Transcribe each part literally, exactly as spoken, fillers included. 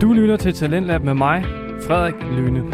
Du lytter til Talentlab med mig, Frederik Lyne.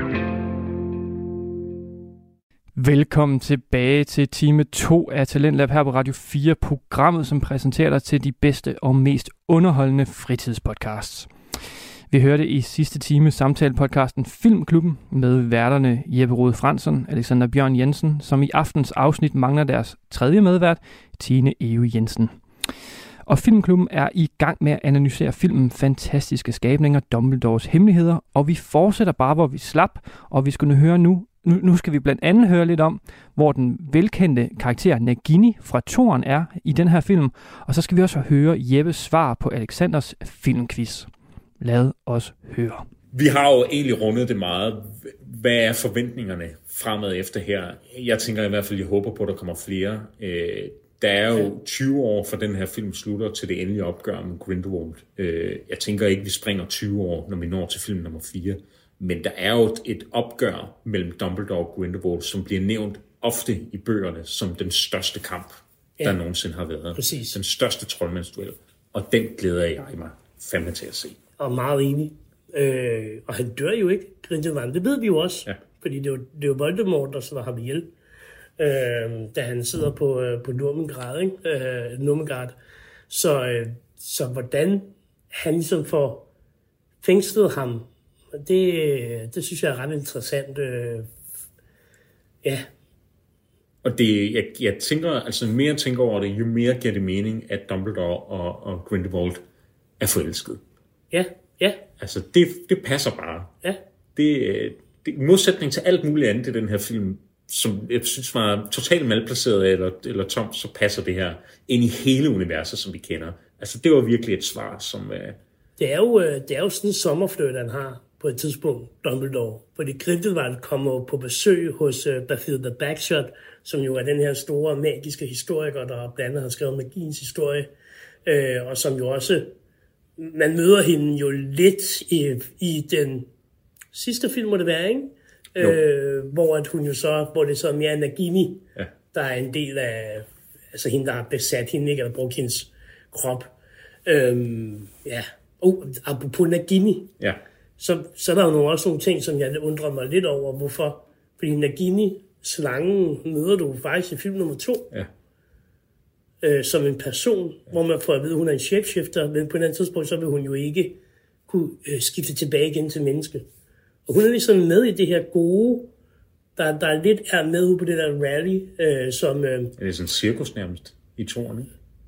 Velkommen tilbage til time to af Talentlab her på Radio fire, programmet, som præsenterer dig til de bedste og mest underholdende fritidspodcasts. Vi hørte i sidste time samtalepodcasten Filmklubben med værterne Jeppe Rode Fransson, Alexander Bjørn Jensen, som i aftens afsnit mangler deres tredje medvært, Tine Eve Jensen. Og Filmklubben er i gang med at analysere filmen Fantastiske Skabninger, Dumbledores Hemmeligheder, og vi fortsætter bare, hvor vi slap, og vi skulle høre nu, nu, nu skal vi blandt andet høre lidt om, hvor den velkendte karakter Nagini fra toeren er i den her film, og så skal vi også høre Jeppes svar på Alexanders filmquiz. Lad os høre. Vi har jo egentlig rundet det meget. Hvad er forventningerne fremad efter her? Jeg tænker i hvert fald, jeg håber på, at der kommer flere. Der er jo tyve år fra den her film slutter til det endelige opgør med Grindelwald. Jeg tænker ikke, vi springer tyve år, når vi når til film nummer fire. Men der er jo et opgør mellem Dumbledore og Grindelwald, som bliver nævnt ofte i bøgerne som den største kamp, ja, der nogensinde har været. Præcis. Den største troldmandsduel. Og den glæder jeg mig fandme til at se. Og meget enig. Øh, og han dør jo ikke, Grindelwald. Det ved vi jo også. Ja. Fordi det er jo, det er jo Voldemort, der slår ham ihjel. Øh, da han sidder på, øh, på Nurmengard, ikke? Øh, Nurmengard. Så, øh, så hvordan han ligesom får fængslet ham, det, det synes jeg er ret interessant. Øh, ja. Og det, jeg, jeg tænker, altså mere jeg tænker over det, jo mere giver det mening, at Dumbledore og, og Grindelwald er forelsket. Ja, ja. Altså, det, det passer bare. Ja. Det, det, i modsætning til alt muligt andet i den her film, som jeg synes var totalt malplaceret eller, eller tomt, så passer det her ind i hele universet, som vi kender. Altså, det var virkelig et svar, som... Uh... Det er jo, det er jo sådan en sommerfløjt, han har på et tidspunkt, Dumbledore. Fordi Grindelwald kommer på besøg hos uh, Bathilda Bagshot, som jo er den her store magiske historiker, der blandt andet har skrevet magiens historie, uh, og som jo også... Man møder hende jo lidt i, i den sidste film, må det være, ikke? Øh, hvor, at hun jo så, hvor det så er mere Nagini, ja, der er en del af, altså hende, der har besat hende, ikke? Eller brugt hendes krop. Øhm, ja, oh, apropos Nagini, ja, så, så er der jo nogle, også nogle ting, som jeg undrer mig lidt over, hvorfor. Fordi Nagini, slangen, møder du faktisk i film nummer to. Ja. Øh, som en person, ja, hvor man får at vide, at hun er en shapeshifter, men på et andet tidspunkt, så vil hun jo ikke kunne øh, skifte tilbage igen til menneske. Og hun er ligesom med i det her gode, der, der lidt er med på det der rally, øh, som... Øh, er det sådan en cirkus nærmest i toerne?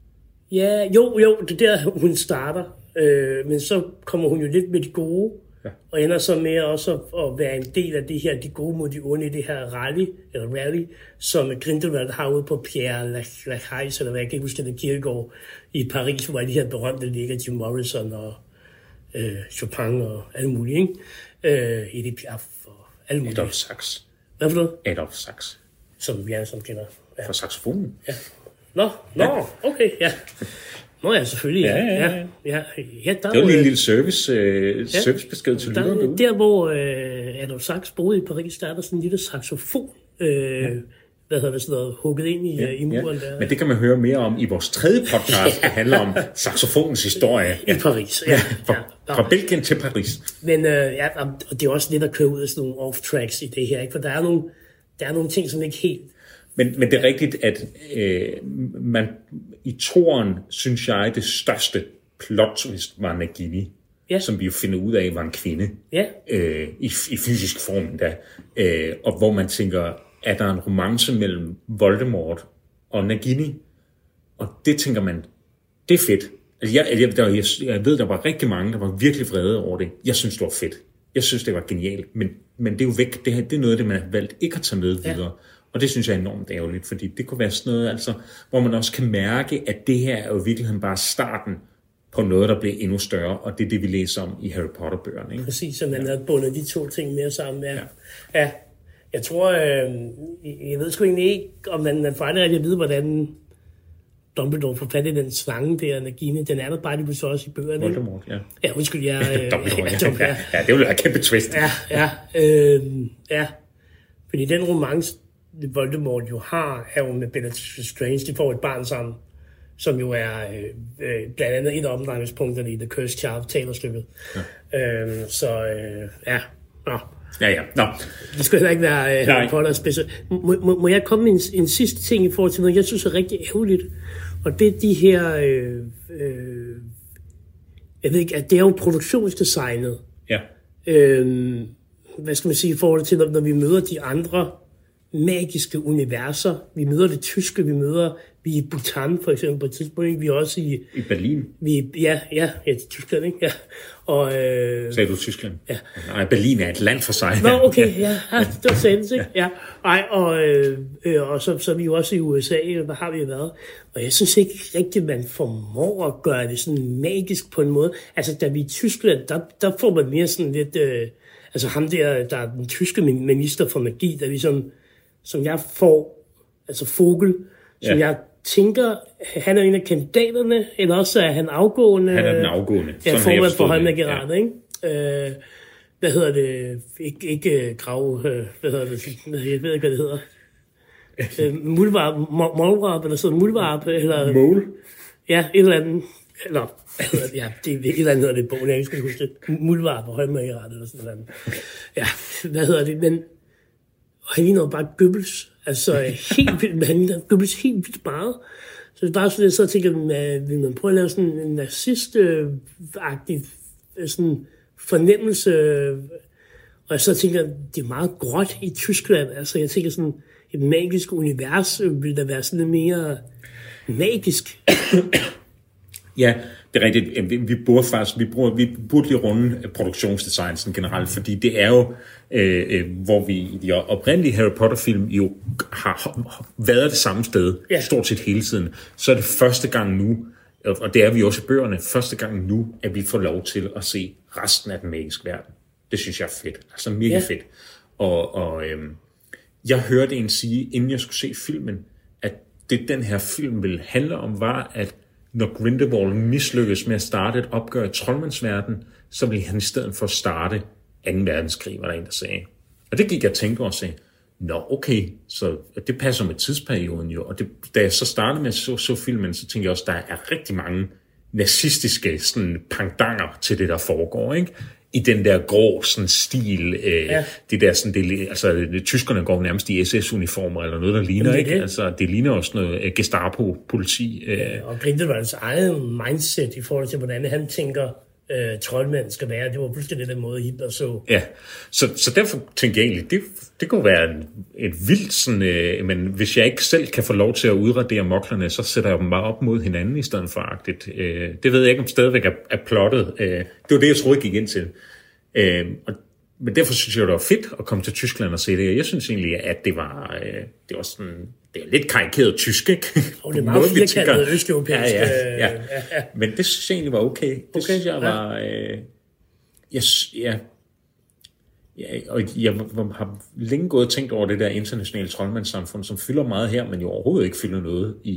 Ja, jo, jo, det er der, hun starter. Øh, men så kommer hun jo lidt med de gode, ja, og ender så med også at, at være en del af det her, de gode mod de onde i det her rally, eller rally, som Grindelwald har ude på Pierre Lachaise, eller hvad jeg kan ikke huske, den kirkegård i Paris, hvor de her berømte ligger, Jim Morrison og øh, Chopin og alle mulige, ikke? Øh, Edith Piaf og alle mulige. Adolf Sax. Hvad for noget? Adolf Sax. Som vi alle sammen kender. Ja. Fra saxofonen. Ja. Nå, nå, ja, okay, ja. Nå ja, selvfølgelig. Ja, ja, ja. ja, ja, ja der det var lige en lille service, øh, ja, servicebesked til lytterne derude. Der, hvor øh, Adolf Sax boede i Paris, der er der sådan en lille saxofon, øh, ja, hvad hedder det, sådan noget, hugget ind i, ja, i muren ja, der. Men det kan man høre mere om i vores tredje podcast, der handler om saxofonens historie. I Paris, ja. ja fra, ja. Fra Belgien til Paris. Men øh, ja, og det er også lidt at køre ud af sådan nogle off-tracks i det her, ikke? For der er nogle, der er nogle ting, som ikke helt... Men, men det er rigtigt, at øh, man i toeren, synes jeg, det største plot twist var Nagini, ja, som vi jo finder ud af, var en kvinde, ja, øh, i, i fysisk form da, øh, og hvor man tænker, er der en romance mellem Voldemort og Nagini? Og det tænker man, det er fedt. Altså jeg, jeg, der, jeg, jeg ved, der var rigtig mange, der var virkelig vrede over det. Jeg synes, det var fedt. Jeg synes, det var genialt. Men, men det er jo væk. Det, det er noget af det, man har valgt ikke at tage med videre. Ja. Og det synes jeg er enormt ærgerligt, fordi det kunne være sådan noget, altså, hvor man også kan mærke, at det her er jo i virkeligheden bare starten på noget, der bliver endnu større, og det er det, vi læser om i Harry Potter-bøgerne. Ikke? Præcis, så man ja. havde bundet de to ting mere sammen. Ja. Ja. Ja. Jeg tror, øh, jeg ved sgu egentlig ikke, om man, man fejler at vide, hvordan Dumbledore får fat i den slange der, Nagini. Den er der bare lige så også i bøgerne. Voldemort, ja. Ja, undskyld, jeg... Øh, Dumbledore, ja. Ja, ja. Ja, det ville være et kæmpe twist. Ja, ja. Øh, ja. Fordi den romance, Voldemort jo har, er jo med Bellatrix Strange. De får et barn sammen. som jo er øh, blandt andet et af omdrejningspunkterne i The Cursed Child teaterstykket. Ja. Øhm, så øh, ja, nå. Ja, ja, nå. Det skal heller ikke være øh, Harry Potter special. Må, må, må jeg komme med en, en sidste ting i forhold til noget, jeg synes er rigtig ærgerligt, og det er de her, øh, øh, jeg ved ikke, at det er jo produktionsdesignet. Ja. Øh, hvad skal man sige i forhold til, når, når vi møder de andre magiske universer. Vi møder det tyske, vi møder vi er i Bhutan for eksempel på et tidspunkt, vi er også i... I Berlin? Vi, ja, ja, ja, i Tyskland, ikke? Ja. Og, øh, sagde du Tyskland? Ja. Nej, Berlin er et land for sig. Nå, okay, ja, ja det var sandt, ikke? Ja. Ej, og, øh, og så, så er vi jo også i U S A, hvad har vi været? Og jeg synes ikke rigtigt, man formår at gøre det sådan magisk på en måde. Altså, da vi er i Tyskland, der, der får man mere sådan lidt... Øh, altså ham der, der er den tyske minister for magi, der ligesom, som jeg får, altså Vogel, som ja. jeg tænker, han er en af kandidaterne, eller også er han afgående. Han er den afgående. Ja, formand for Højmageratet, ja. Ikke? Øh, hvad hedder det? Ik- ikke grav, øh, hvad hedder det? Jeg ved ikke, hvad det hedder. øh, Mulvarp, Målvarp, eller sådan Mulvarp, eller... Mål? Ja, et eller andet. Eller, ja, det er et eller andet hedder det i bogen, jeg skal huske det. Mulvarp og Højmageratet, eller sådan noget. Ja, hvad hedder det? Men han ligner bare Goebbels. Altså helt vildt, men han ligner Goebbels helt vildt meget. Så det er bare sådan, at så tænker jeg, vil man prøve at lave sådan en nazist-agtig sådan fornemmelse. Og så tænker jeg, det er meget gråt i Tyskland. Altså jeg tænker sådan, et magisk univers vil der være sådan lidt mere magisk. Ja, det er rigtigt. Vi, vi burde faktisk, vi, bruger, vi burde lige runde produktionsdesign sådan generelt, fordi det er jo, øh, hvor vi i de oprindelige Harry Potter-film jo har været det samme sted, ja. Stort set hele tiden. Så er det første gang nu, og det er vi også i bøgerne, første gang nu, at vi får lov til at se resten af den magiske verden. Det synes jeg er fedt. Altså mega ja. fedt. Og, og øh, jeg hørte en sige, inden jeg skulle se filmen, at det den her film ville handle om, var, at når Grindelwald mislykkes med at starte et opgør i troldmandsverden, så ville han i stedet for at starte anden verdenskrig, var der en, der sagde. Og det gik jeg og tænkte og sagde, nå okay, så det passer med tidsperioden jo. Og det, da jeg så startede med at så, så filmen, så tænkte jeg også, at der er rigtig mange nazistiske sådan, pangdanger til det, der foregår, ikke? I den der grå sådan, stil, øh, ja. det der sådan, det, altså det, tyskerne går nærmest i S S-uniformer eller noget, der ligner, det, ikke? Det. Altså det ligner også noget uh, Gestapo-politi. Uh. Ja, og Grindelwalds eget mindset i forhold til, hvordan han tænker, øh, troldmænd skal være, det var fuldstændig den måde, Hitler så. Ja, så, så derfor tænkte jeg egentlig, det, det kunne være en, et vildt sådan, øh, men hvis jeg ikke selv kan få lov til at udradere moklerne, så sætter jeg dem bare op mod hinanden i stedet for agtigt. Øh, det ved jeg ikke, om stadigvæk er, er plottet. Øh, det var det, jeg troede, jeg gik ind til. Øh, og, men derfor synes jeg, det var fedt at komme til Tyskland og se det. Jeg synes egentlig, at det var, øh, det var sådan, det er lidt karikeret tysk, ikke? Og det er meget firkantet østeuropæisk. Ja, ja, ja. ja. Men det synes jeg egentlig var okay. Det okay, synes jeg var... Øh, jeg, ja, ja, og jeg har længe gået og tænkt over det der internationale troldmandssamfund, som fylder meget her, men jo overhovedet ikke fylder noget i,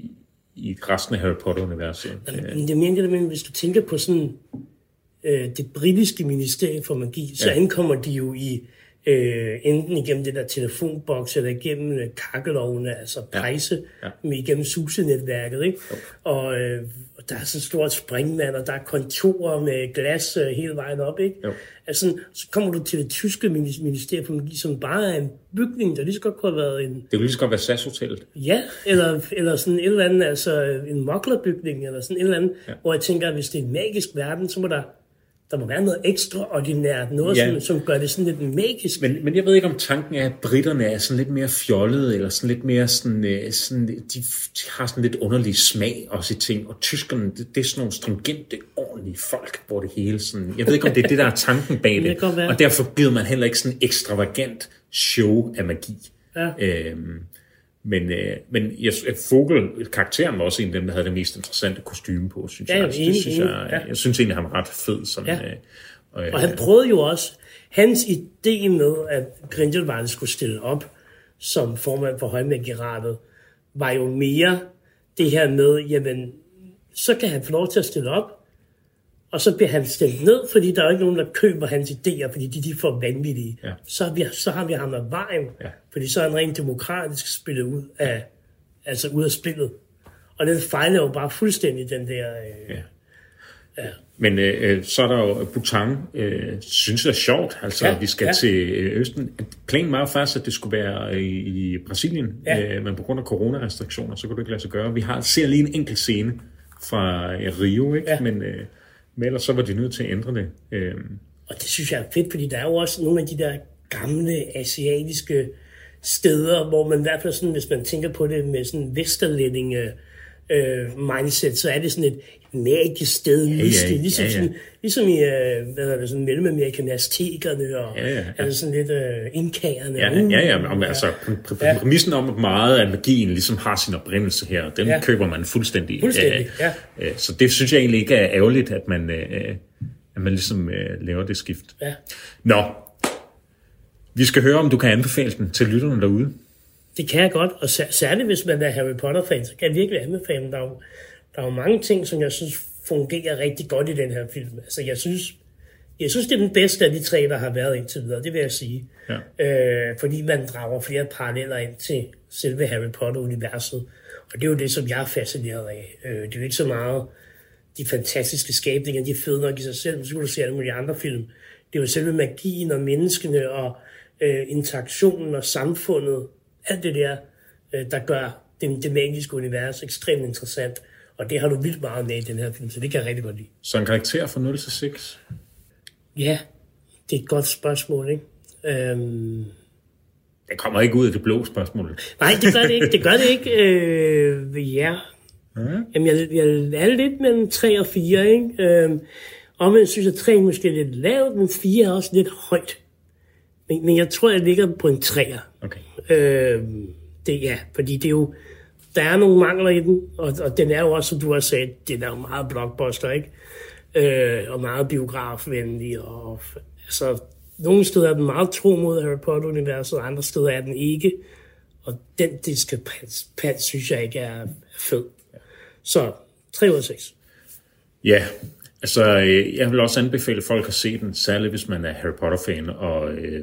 i resten af Harry Potter-universet. Men det mener det, hvis du tænker på sådan øh, det britiske ministerium for magi, så ja. ankommer de jo i Øh, enten igennem det der telefonboks, eller igennem øh, kakkelovene, altså pejse, ja. Ja. Med igennem SUSE-netværket, ikke? Okay. Og, øh, og der er sådan et stort springvand, og der er kontorer med glas øh, hele vejen op, ikke? Jo. Altså, så kommer du til det tyske ministerium for magi, som bare er en bygning, der lige så godt kunne have været en... Det kunne lige så godt være S A S-hotellet. Ja, eller, eller sådan et eller andet, altså en moklerbygning, eller sådan et eller andet, ja. Hvor jeg tænker, at hvis det er en magisk verden, så må der... Der må være noget ekstraordinært, noget, ja. som, som gør det sådan lidt magisk. Men, men jeg ved ikke, om tanken er, at britterne er sådan lidt mere fjollede, eller sådan lidt mere sådan, sådan de, de har sådan lidt underlig smag også i ting, og tyskerne, det, det er sådan nogle stringente, ordentlige folk, hvor det hele sådan, jeg ved ikke, om det er det, der er tanken bag det, det og derfor giver man heller ikke sådan ekstravagant show af magi. Ja. Øhm, Men, øh, men jeg, Vogel, karakteren var også en af dem, der havde det mest interessante kostume på, synes ja, jeg. Altså, det enig, synes jeg, ja. jeg synes egentlig, han var ret fed. Sådan, ja. øh, og, og han prøvede jo også, hans idé med, at Grindelwald skulle stille op som formand for Højmageratet, var jo mere det her med, jamen, så kan han få lov til at stille op, og så bliver han stemt ned, fordi der er ikke nogen, der køber hans idéer, fordi de, de er for vanvittige. Ja. Så, har vi, så har vi ham af vejen, ja. Fordi så er han rent demokratisk spillet ud af, altså ud af spillet. Og den fejler jo bare fuldstændig, den der... Øh, ja. Ja. Men øh, så er der jo Bhutan, øh, synes jeg er sjovt, altså ja, vi skal ja. til Østen. Planen var jo faktisk, at det skulle være i, i Brasilien, ja. øh, men på grund af coronarestriktioner, så kunne det ikke lade sig gøre. Vi har ser lige en enkelt scene fra Rio, ikke? Ja. Men, øh, men ellers så var de nødt til at ændre det. Øh. Og det synes jeg er fedt, fordi der er jo også nogle af de der gamle asiatiske steder, hvor man i hvert fald sådan, hvis man tænker på det med sådan vesterlændinge øh, mindset, så er det sådan et magisk sted, ja, ja, ligesom, ja, ja. Sådan, ligesom i øh, hvad er det, sådan Mellemamerika med aztekerne og ja, ja, ja. Altså sådan lidt øh, inkaerne. Ja, ja, ja, ja. Altså præmissen om, at meget af magien ligesom har sin oprindelse her, den ja. køber man fuldstændig. Fuldstændig, ja. ja. Så det synes jeg egentlig ikke er ærgerligt, at man, øh, at man ligesom øh, laver det skift. Ja. Nå, vi skal høre, om du kan anbefale den til lytterne derude. Det kan jeg godt, og særligt hvis man er Harry Potter-fan, så kan jeg virkelig anbefale den. Der er jo, der er jo mange ting, som jeg synes fungerer rigtig godt i den her film. Altså, jeg synes, jeg synes det er den bedste af de tre, der har været indtil videre, det vil jeg sige. Ja. Øh, fordi man drager flere paralleller ind til selve Harry Potter-universet. Og det er jo det, som jeg er fascineret af. Øh, det er jo ikke så meget de fantastiske skabninger, de er fede nok i sig selv, så kunne du se alle mulige andre film. Det er jo selve magien og menneskene og øh, interaktionen og samfundet, alt det der, øh, der gør det, det magiske univers ekstremt interessant. Og det har du vildt meget med i den her film, så det kan jeg rigtig godt lide. Så en karakter fra nul til seks? Ja, det er et godt spørgsmål, ikke? Øhm... Det kommer ikke ud af det blå spørgsmål. Nej, det gør det ikke. Det gør det ikke. Øh, ja. Mm. Jamen, jeg, jeg er lidt mellem tre og fire, ikke? Øhm, og jeg synes, at tre måske er lidt lavt, men fire er også lidt højt. Men, men jeg tror, jeg ligger på en treer. Okay. Øhm, det, ja, fordi det er jo... Der er nogle mangler i den, og, og den er jo også, som du har sagt, den er jo meget blockbuster, ikke? Øh, og meget biografvenlig, og altså, nogle steder er den meget tro mod Harry Potter-universet, og andre steder er den ikke, og den diskrepans, synes jeg ikke er fed. Så, tre ud af seks. Ja, altså, jeg vil også anbefale folk at se den, særligt hvis man er Harry Potter-fan, og... Øh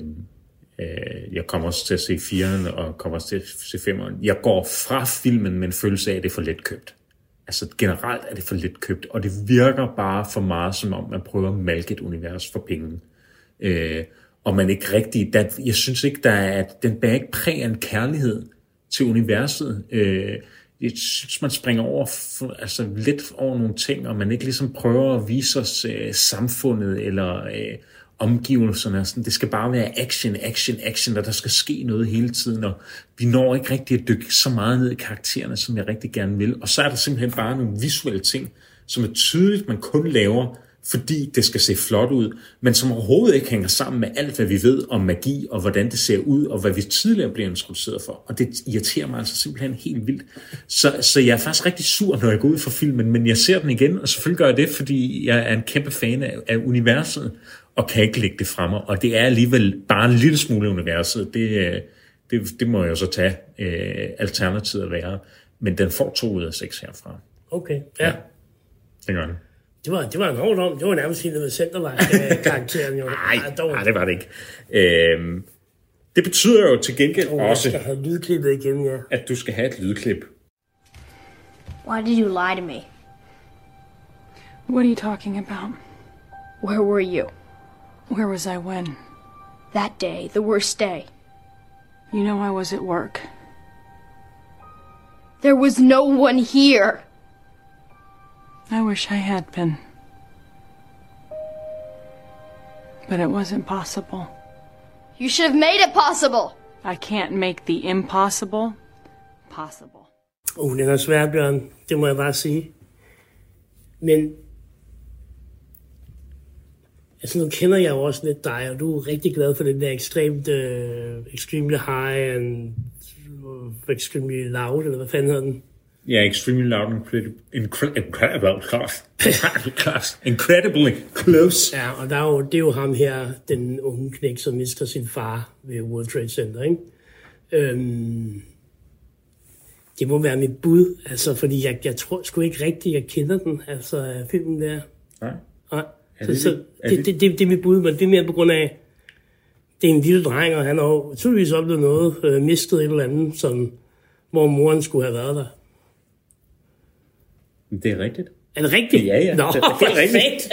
jeg kommer også til at se fireren, og kommer også til at se femeren. Jeg går fra filmen med en følelse af, at det er for let købt. Altså generelt er det for let købt, og det virker bare for meget, som om man prøver at malke et univers for penge. Øh, og man ikke rigtig... Der, jeg synes ikke, der er... Den bærer ikke præg af en kærlighed til universet. Øh, jeg synes, man springer over for, altså lidt over nogle ting, og man ikke ligesom prøver at vise os øh, samfundet, eller... Øh, omgivelserne, sådan, det skal bare være action, action, action, og der skal ske noget hele tiden, og vi når ikke rigtig at dykke så meget ned i karaktererne, som jeg rigtig gerne vil. Og så er der simpelthen bare nogle visuelle ting, som er tydeligt, man kun laver, fordi det skal se flot ud, men som overhovedet ikke hænger sammen med alt, hvad vi ved om magi, og hvordan det ser ud, og hvad vi tidligere bliver introduceret for. Og det irriterer mig altså simpelthen helt vildt. Så, så jeg er faktisk rigtig sur, når jeg går ud fra filmen, men jeg ser den igen, og selvfølgelig gør jeg det, fordi jeg er en kæmpe fan af, af universet, og kan ikke lægge det fra mig. Og det er alligevel bare en lille smule universet. Det, det, det må jeg jo så tage øh, alternativet at være. Men den får to ud af seks herfra. Okay, ja. ja. Det gør den. Det var, det var en hård om. Det var nærmest helt med Centervej-karakteren. nej, nej, det var det ikke. Øhm, det betyder jo til gengæld oh, også... Jeg skal have lydklippet igen, ja. At du skal have et lydklip. Why did you lie to me? What are you talking about? Where were you? Where was I when? That day, the worst day. You know I was at work. There was no one here. I wish I had been. But it wasn't possible. You should have made it possible. I can't make the impossible possible. Uh, den er svær, Bjørn. Det må jeg bare sige. Men altså, nu kender jeg jo også lidt dig, og du er rigtig glad for den der ekstremt, uh, extremely high and uh, extremely loud, eller hvad fanden hedder den? Ja, yeah, extremely loud and incredibly close. Incredibly close. Ja, og der er jo, det er jo ham her, den unge knæk, som mister sin far ved World Trade Center, ikke? Øhm, det må være mit bud, altså, fordi jeg, jeg tror sgu ikke rigtigt, jeg kender den, altså filmen der. Nej. Nej. Så, så det, det, det, det, det er mit bud, men det er mere på grund af, det er en lille dreng, og han har jo tydeligvis oplevet noget, øh, mistet et eller andet, som, hvor moren skulle have været der. Det er rigtigt. Er det rigtigt? Ja, ja. Nå, det er helt rigtigt.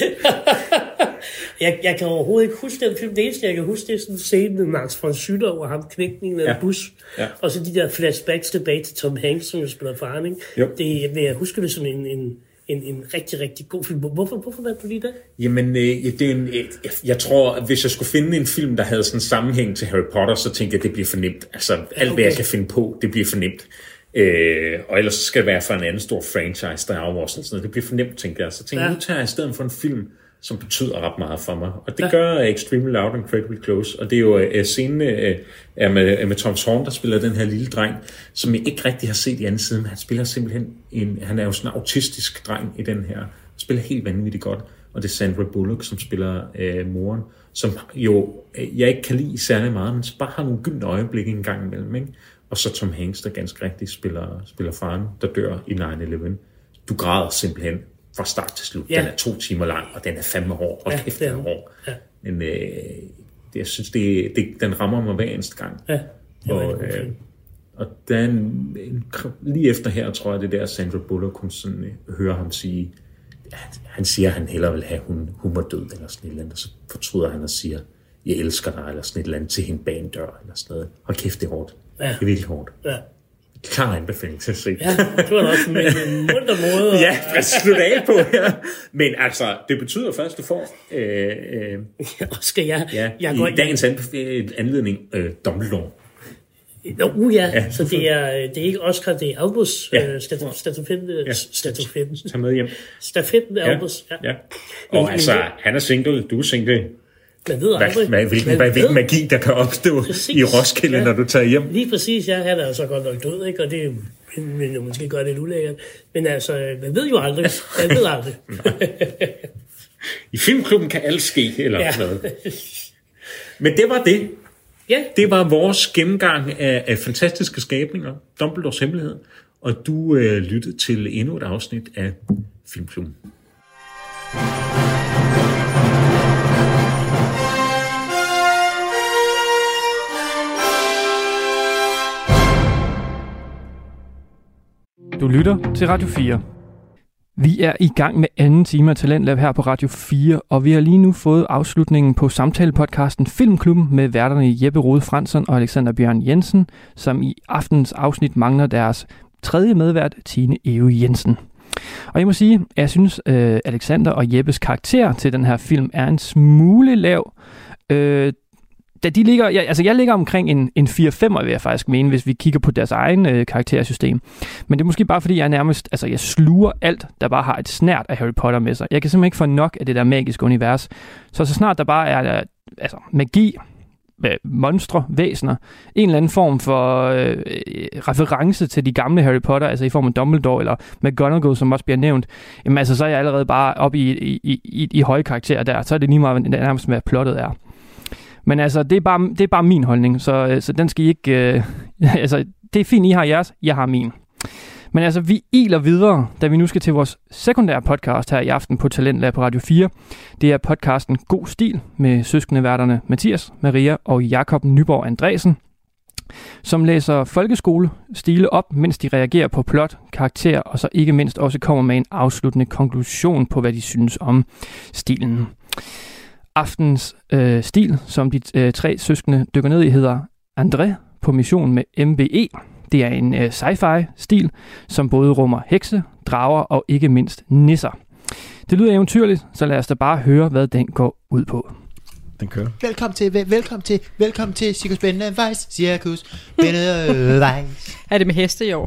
jeg, jeg kan overhovedet ikke huske den film. Det eneste, jeg kan huske, det er sådan en scene med Max von Sydow og ham knækningen af ja. en bus. Ja. Og så de der flashbacks tilbage til Tom Hanks, som jo spiller faren, ikke? Det, jeg husker det som en, en, en, en rigtig, rigtig god film. Hvorfor, hvorfor var du lige der? Jamen, øh, det er en, øh, jeg tror, at hvis jeg skulle finde en film, der havde sådan en sammenhæng til Harry Potter, så tænkte jeg, at det bliver for nemt. Altså, alt okay. hvad jeg kan finde på, det bliver for nemt. Øh, og ellers skal det være for en anden stor franchise, der er over sådan noget. Det bliver for nemt, tænker jeg. Så tænker jeg, ja. nu tager jeg i stedet for en film, som betyder ret meget for mig. Og det ja. gør Extremely Loud and Incredibly Close. Og det er jo uh, scenen uh, er med, med Tom Thorne, der spiller den her lille dreng, som jeg ikke rigtig har set i anden side, men han spiller simpelthen en, han er jo sådan en autistisk dreng i den her. Han spiller helt vanvittigt godt. Og det er Sandra Bullock, som spiller uh, moren, som jo uh, jeg ikke kan lide særlig meget, men bare har nogle gyldne øjeblikke en gang imellem, ikke? Og så Tom Hanks, der ganske rigtigt spiller, spiller faren, der dør i nine eleven. Du græder simpelthen fra start til slut. Ja. Den er to timer lang, og den er fandme hård. Og ja, kæft, den er hård. Ja. Men øh, det, jeg synes, det, det, den rammer mig hver eneste gang. Ja, og, øh, og den, lige efter her, tror jeg, det der Sandra Bullock, hun sådan, øh, hører ham sige, at han siger, at han hellere vil have, at hun, hun var død, eller sådan et eller andet. Og så fortryder han og siger, jeg elsker dig, eller sådan et eller andet, til hende bag en dør, eller sådan noget. Hold kæft, det er hårdt. Ja. Det er virkelig hårdt. Ja. Klar anbefaling til at se. Ja, det var også med en munter måde. Ja, at slutte af på her. Men altså, det betyder først, du får... Øh, øh, skal jeg... Ja, jeg i går, dagens anbefaling, anledning, øh, Dumbledore. Uh, ja, ja, så det er, det er ikke Oscar, det er Albus. Ja. Øh, Statufetten. Ja. Statufetten. Tag med hjem. Stafetten er Albus, ja. ja. Og men, altså, men, han er single, du er single. Man ved aldrig. Hvad, hvilken, hvad, hvilken magi, der kan opstå præcis. I Roskilde, ja. Når du tager hjem. Lige præcis, ja. Han er altså godt nok død, ikke? Og det vil jo måske gøre det lidt ulækkert. Men altså, man ved jo aldrig. Man ved aldrig. I filmklubben kan alt ske, eller ja. Noget. Men det var det. Ja. Det var vores gennemgang af, af fantastiske skabninger, Dumbledores hemmelighed. Og du øh, lyttede til endnu et afsnit af Filmklubben. Du lytter til Radio fire. Vi er i gang med anden time af Talentlab her på Radio fire, og vi har lige nu fået afslutningen på samtalepodcasten Filmklubben med værterne Jeppe Rode Fransson og Alexander Bjørn Jensen, som i aftens afsnit mangler deres tredje medvært, Tine Eve Jensen. Og jeg må sige, at jeg synes, at Alexander og Jeppes karakter til den her film er en smule lav. Øh, Da de ligger, ja, altså jeg ligger omkring en, en fire femmer, vil jeg faktisk mene, hvis vi kigger på deres egen øh, karaktersystem. Men det er måske bare fordi, jeg nærmest, altså jeg sluger alt, der bare har et snært af Harry Potter med sig. Jeg kan simpelthen ikke få nok af det der magiske univers. Så så snart der bare er altså, magi, øh, monstre, væsener, en eller anden form for øh, reference til de gamle Harry Potter, altså i form af Dumbledore eller McGonagall, som også bliver nævnt, jamen altså så er jeg allerede bare oppe i, i, i, i, i høje karakterer der. Så er det lige meget nærmest, hvad plottet er. Men altså, det er bare, det er bare min holdning, så, så den skal I ikke... Øh, altså, det er fint, I har jeres, jeg har min. Men altså, vi iler videre, da vi nu skal til vores sekundære podcast her i aften på Talentlab på Radio fire. Det er podcasten God Stil med søskendeværterne Mathias, Maria og Jakob Nyborg Andresen, som læser folkeskolestile op, mens de reagerer på plot, karakter, og så ikke mindst også kommer med en afsluttende konklusion på, hvad de synes om stilen. Aftens øh, stil, som de øh, tre søskende dykker ned i, hedder André på mission med M B E. Det er en øh, sci-fi-stil, som både rummer hekse, drager og ikke mindst nisser. Det lyder eventyrligt, så lad os da bare høre, hvad den går ud på. Den kører. Velkommen til, vel, velkommen til, velkommen til Cirkus Spændende Vejs, Cirkus Spændende Vejs. Er det med heste i år?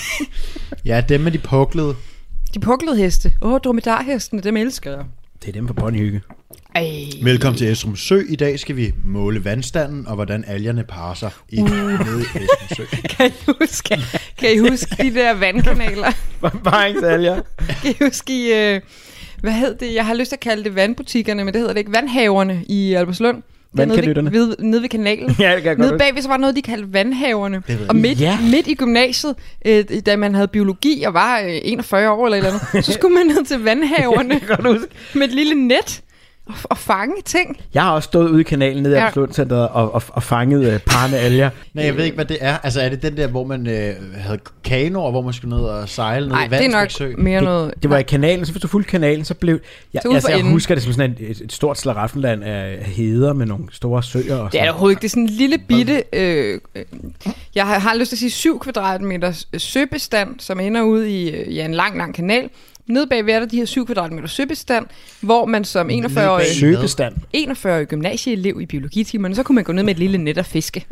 Ja, dem med de puklede. De puklede heste? Åh, oh, dromedarhestene, dem elsker jeg. Det er dem på ponyhygge. Ej. Velkommen til Esrum Sø. I dag skal vi måle vandstanden og hvordan algerne parer sig i uh. nede i Esrum Sø. Kan I huske, kan I huske de der vandkanaler? Paringsalger. Kan I huske i, uh, hvad hed det? Jeg har lyst til at kalde det vandbutikkerne, men det hedder det ikke. Vandhaverne i Albertslund. Vandkanytterne. Nede ved, nede ved kanalen. Ja, det kan jeg nede bagved, så var noget, de kaldte vandhaverne. Og midt, ja. midt i gymnasiet, øh, da man havde biologi og var øh, enogfyrre år eller eller andet, så skulle man ned til vandhaverne med et lille net. og, og fange ting. Jeg har også stået ude i kanalen nede i Ja. Albertslundcenteret og, og, og fanget uh, parne alger. Nej, jeg ved ikke, hvad det er. Altså, er det den der, hvor man øh, havde kanoer, hvor man skulle ned og sejle ned Nej, i det er nok Vandsbæk Sø? mere noget... Det, det var i kanalen, så hvis du fulgte kanalen, så blev... Jeg, Så ude altså, for jeg enden. husker det som sådan et, et stort slaraffenland af heder med nogle store søer. Og Det er det overhovedet ikke. Det er sådan en lille bitte... Øh, øh, jeg har, har lyst til at sige syv kvadratmeter søbestand, som ender ude i øh, ja, en lang, lang kanal. Nede bagved er der de her syv kvadratmeter søbestand, hvor man som enogfyrre-årig søbestand. enogfyrre-årig gymnasieelev i biologitimerne, så kunne man gå ned med et lille net og fiske.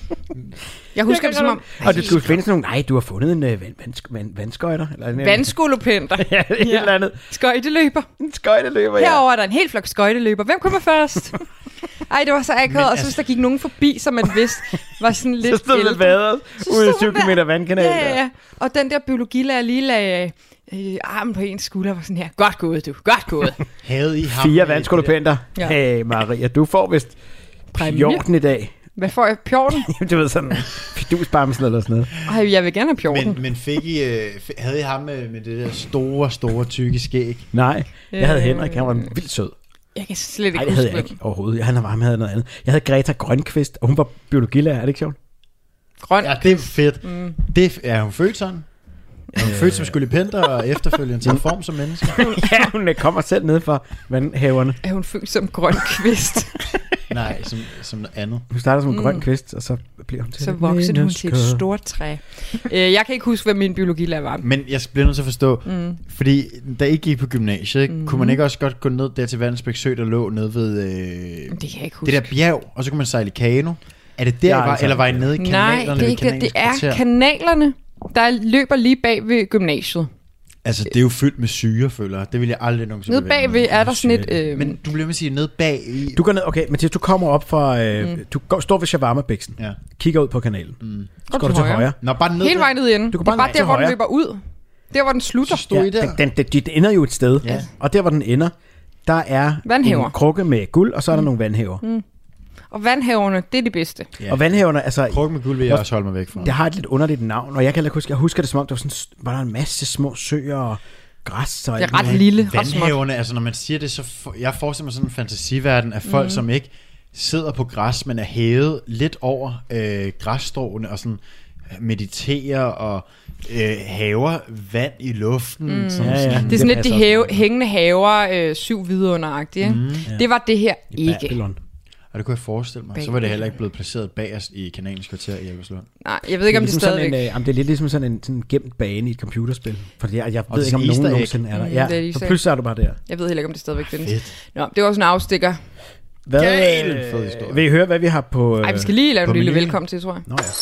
Jeg husker det som om... Og du skulle finde sådan nogle... Nej, du har fundet en uh, vand, vand, vand, vandskøjter. Eller en, Vandskolopenter. ja, et Ja. eller andet. Skøjteløber. En skøjteløber, ja. Herover er der en helt flok skøjteløber. Hvem kommer først? Ej, det var så akavet. Og så hvis der gik nogen forbi, som man vidste var sådan lidt Så stod ældre. det vader Så ude i stod syv man der. kilometer vandkanal. Ja, ja, ja. Og den der biologilærer lige lagde øh, armen på ens skulder var sådan her. Godt gået, du. Godt gået. Havde I ham? Fire vandskolepenter. Ja. Hey, Maria, du får vist Præmie. fjorten i dag. Hvad får jeg? Pjorten? Du ved sådan fidusbamsen eller sådan noget. Ej, jeg vil gerne have pjorten. Men, men fik I, øh, f- havde I ham med, med det der store, store, tykke skæg? Nej, jeg havde Øh, Henrik, han var vildt sød. Jeg kan slet ikke Nej, det havde huske jeg ikke overhovedet. Han var ham havde noget andet. Jeg havde Greta Grønkvist, og hun var biologilærer, er det ikke sjovt? Grøn. Ja, det er fedt. Mm. Det er hun født sådan. Er hun født som skolipenter og efterfølgende til form som menneske? Ja, hun kommer selv ned fra vandhaverne. Er hun født som grøn kvist? Nej, som, som noget andet. Hun starter som en Mm. grøn kvist, og så bliver hun til Så et voksede hun til et menneske. stort træ. Øh, jeg kan ikke huske, hvad min biologilærer var. Men jeg bliver nødt til at forstå, Mm. fordi da I gik på gymnasiet, ikke, Mhm. kunne man ikke også godt gå ned der til Vandsbæk Sø, der lå nede ved øh, Det kan jeg ikke huske. det der bjerg, og så kunne man sejle i kano? Er det der, Jeg I har var, aldrig eller var I sejlet nede i Nej, kanalerne? det er ved ikke det. Det Kanalens er Kvarter? kanalerne, der løber lige bag ved gymnasiet. Altså, det er jo fyldt med syre, føler jeg. Det vil jeg aldrig nogensinde Nede bagved er der sådan et... Øh, Men du bliver med at sige, nede bag i... Du går ned, okay, Mathias, du kommer op fra, øh, Mm. du går, står ved Shawarma-bæksen, Ja. kigger ud på kanalen. Mm. Så går du til højre. Nå, bare ned hele vejen ned i enden. Du kan Det er bare bare ned der, til hvor den højre. løber ud. Der, hvor den slutter. Så stod I der. Den, den, den, den ender jo et sted, Ja. og der, hvor den ender, der er Vandhaver. en krukke med guld, og så er der nogle vandhaver. Mm. Og vandhaverne, det er de bedste. Ja. Og vandhaverne, altså, Krukke med guld vil jeg også holde mig væk fra. det har et lidt underligt navn, og jeg kan heller ikke huske, jeg husker det som om, der var, sådan, var der en masse små søer og græs. Og Det er ret lille, ret småt. Vandhaverne, altså når man siger det, så for, jeg forestiller mig sådan en fantasiverden af folk, Mhm. som ikke sidder på græs, men er hævet lidt over øh, græsstråene og sådan mediterer og øh, haver vand i luften. Mm. Som, Ja, ja. sådan, Det er sådan lidt de passer have, også hængende haver, øh, syv vidunderagtige. Mm. Ja. Det var det her I ikke. Babylon. Og det kunne jeg forestille mig. Så var det heller ikke blevet placeret bagerst i Kanalens Kvarter i Albertslund. Nej, jeg ved ikke, om det er ligesom stadigvæk. sådan en, øh, jamen, det er lidt ligesom sådan en sådan gemt bane i et computerspil. For jeg, jeg Og ved det ikke, er om sådan nogen Easter egg. nogensinde er der. Mm, Ja, det er Easter så egg. pludselig er du bare der. Jeg ved heller ikke, om det stadigvæk findes. Fedt. Nå, det var også en afstikker. Hvad, Galt øh, fed historie. vil I høre, hvad vi har på... Øh, Ej, vi skal lige lave på en lille menuen. velkommen til, tror jeg. Nå ja.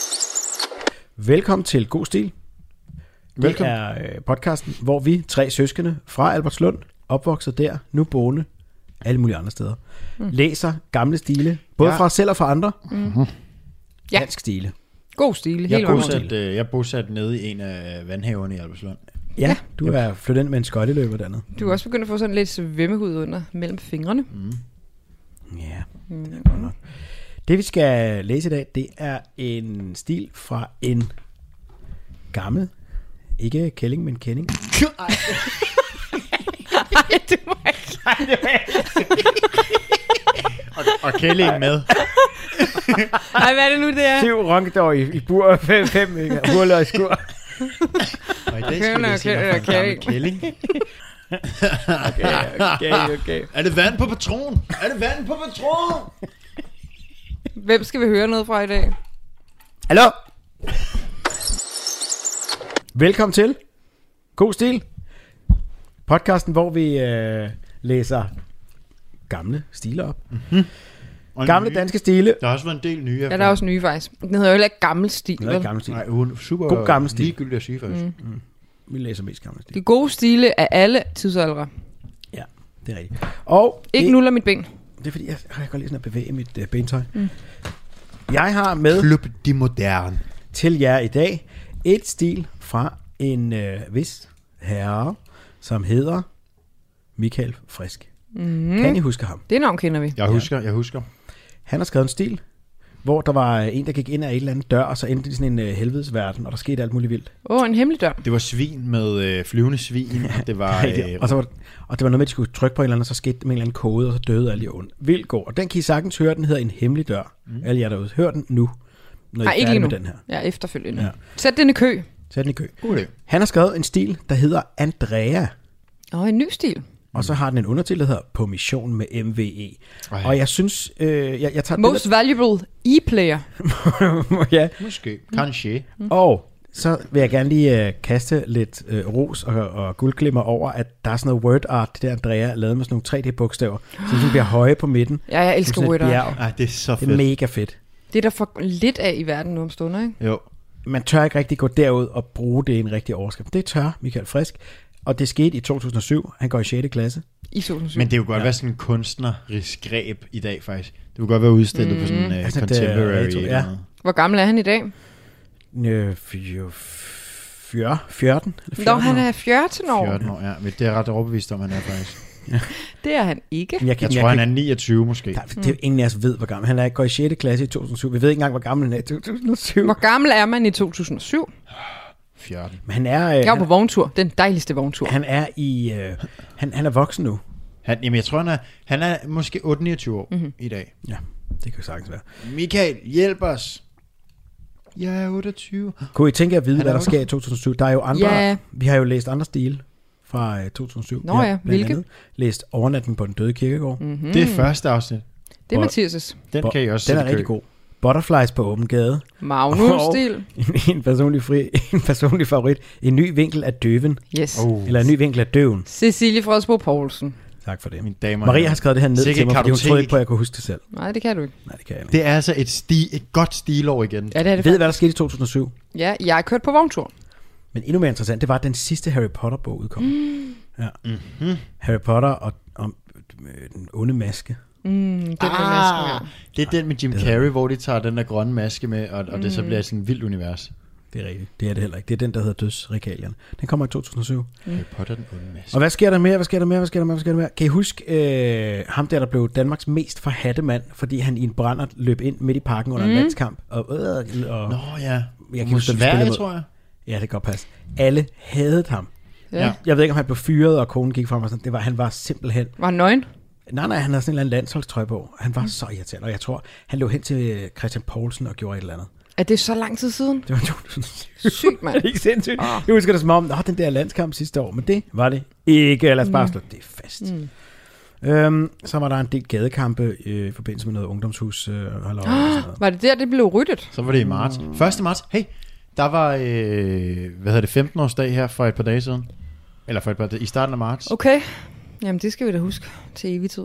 Velkommen til God Stil. Det Velkommen. er øh, podcasten, hvor vi, tre søskende fra Albertslund, opvokset der, nu boende alle mulige andre steder, mm. læser gamle stile, både Ja. fra os selv og fra andre. Mm. Ja. Ja. Dansk stile. God stil, Jeg helt er, vejen god rundt. bosat, øh, jeg er bosat nede i en af vandhaverne i Albertslund. Ja, ja. Du er flyttet ind med en skøjteløber dernede. Du er også begyndt at få sådan lidt svømmehud under mellem fingrene. Mm. Ja, Mm. det er godt nok. Det vi skal læse i dag, det er en stil fra en gammel, ikke kælling, men kending. Ej, du må ikke. Og, og kælling med. Ej, hvad er det nu, det er? Syv ronkedår i, i bur, og fem, fem ikke? Hurler i skur. Og i dag skal vi Kælling, læse en kælling, fra en gammel kælling. kælling. Okay, okay, okay. Er det vand på patron? Er det vand på patron? Hvem skal vi høre noget fra i dag? Hallo? Velkommen til God Stil. Podcasten, hvor vi øh, læser gamle stiler op. Mm-hmm. Gamle nye. danske stile. Der har også været en del nye. Ja, der er også nye faktisk. Den hedder jo heller ikke gammel stil. Det er ikke gamle stil. Nej, hun er super God gammel stil. ligegyldig at sige faktisk. Mm. Mm. Vi læser mest gamle stil. De gode stile af alle tidsaldre. Ja, det er rigtigt. Og Ikke det, nuller mit ben. det er fordi, jeg, jeg kan godt lide sådan at bevæge mit øh, bentøj. Mm. Jeg har med Club de Moderne. til jer i dag et stil fra en øh, vis herre, som hedder Michael Frisk. Mm. Kan I huske ham? Det navn kender vi. Jeg husker, jeg husker. Han har skrevet en stil, hvor der var en, der gik ind ad et eller andet dør, og så endte i sådan en uh, helvedesverden, og der skete alt muligt vildt. Åh, oh, en hemmelig dør. Det var svin med øh, flyvende svin, og det var... Øh, og, så var og det var noget med, at de skulle trykke på en eller anden, og så skete det med en eller anden kode, og så døde alle i ond. Vildt god. Og den kan I sagtens høre, den hedder En Hemmelig Dør. Mm. Alle jer derude, hør den nu, når Nej, I er ikke med nu. den her. Ja, efterfølgende. Ja. Sæt den i kø. Sæt den i kø. God Han har skrevet en stil, der hedder Andrea. Åh, oh, en ny stil. Og så har den en undertitel, der hedder På mission med M V E. Ej. Og jeg synes, øh, jeg, jeg tager Most valuable e-player. ja. Måske. Kanskje. Mm. Og så vil jeg gerne lige øh, kaste lidt øh, ros og, og guldglimmer over, at der er sådan noget word art, det der Andrea er lavet med sådan nogle tre D-bogstaver, som sådan bliver høje på midten. Ja, jeg elsker word art. Ej, det er så fedt. Det er mega fedt. Det er der for lidt af i verden nu om stunder, ikke? Jo. Man tør ikke rigtig gå derud og bruge det i en rigtig overskrift. Det tør Michael Frisk. Og det skete i to tusind og syv. Han går i sjette klasse. I to tusind og syv. Men det kunne godt ja. være sådan en kunstnerisk greb i dag, faktisk. Det kunne godt være udstillet mm. på sådan en uh, altså, contemporary. Det, ja. Hvor gammel er han i dag? Øh, fjorten. Nå, han er fjorten år. fjorten år, ja. Men det er ret overbevist om, han er faktisk. Ja. Det er han ikke. Jeg, kan, jeg tror, jeg han kan, er niogtyve måske. Der, det er ingen af os ved, hvor gammel han er. Han går i sjette klasse i to tusind og syv. Vi ved ikke engang, hvor gammel han er i to tusind og syv. Hvor gammel er man i to tusind og syv? fjorten. Men han er... Øh, jeg var på vogntur. Den dejligste vogntur. Han er i... Øh, han, han er voksen nu. Han, jamen, jeg tror, han er, han er måske otte niogtyve år mm-hmm. i dag. Ja, det kan sagtens være. Michael, hjælp os. Jeg er otteogtyve. Kunne I tænke at vide, hvad der sker i to tusind og syv? Der er jo andre... Ja. Vi har jo læst andre stile fra to tusind og syv. Nå ja, hvilke? Læst Overnatten på den døde kirkegård. Mm-hmm. Det er første afsnit. Det er Mathias'. Den kan I også Den er rigtig god. Butterflies på åben gade. Magnus-stil. En, en, personlig fri, en personlig favorit. En ny vinkel af døven. Yes. Oh. Eller en ny vinkel af døven. Cecilie Fredsbo Poulsen. Tak for det. Mine damer, Maria har skrevet det her ned Sikke til mig, fordi hun kartotek. troede ikke på, at jeg kunne huske det selv. Nej, det kan du ikke. Nej, det kan jeg ikke. Det er altså et, sti, et godt stilår igen. Ja, det er det. Ved I, hvad der skete i to tusind og syv? Ja, jeg har kørt på vogntur. Men endnu mere interessant, det var, at den sidste Harry Potter-bog udkom. Mm. Ja. Mm-hmm. Harry Potter og, og øh, den onde maske. Mm, den ah, maske, ja. Det er den med Jim Carrey, hvor de tager den der grønne maske med, og, og mm. det så bliver sådan et vildt univers. Det er rigtigt. Det er det heller ikke. Det er den, der hedder Dødsregalierne. Den kommer i to tusind og syv. Mm. Harry Potter, den onde maske. Og hvad sker der mere? Hvad sker der mere? Hvad sker der mere? Hvad sker der mere? Kan I huske øh, ham der, der blev Danmarks mest forhatte mand, fordi han i en brænder løb ind midt i parken under mm. en landskamp? Og, øh, og, Nå ja. Jeg kan huske, Sverige, tror jeg. Ja, det kan godt passe. Alle hadede ham. Ja. Jeg ved ikke, om han blev fyret, og konen gik fra mig. Sådan. Det var, han var simpelthen... Var han nøgen? Nej, nej, han havde sådan en eller anden landsholdstrøje på. Han var mm. så irriterende, og jeg tror, han lå hen til Christian Poulsen og gjorde et eller andet. Er det så lang tid siden? Det var to tusind og syv. Sygt, mand. Det er ikke sindssygt. Oh. Jeg husker det som om, den der landskamp sidste år, men det var det ikke. Lad os bare slå det fast. Mm. Øhm, så var der en del gadekampe øh, i forbindelse med noget ungdomshus. Øh, oh, var det der, det blev ryddet? Så var det i marts. Mm. første marts. Hey, der var, øh, hvad hedder det, femten-årsdag her for et par dage siden. Eller for et par dage, i starten af marts. Okay. Jamen, det skal vi da huske til evig tid.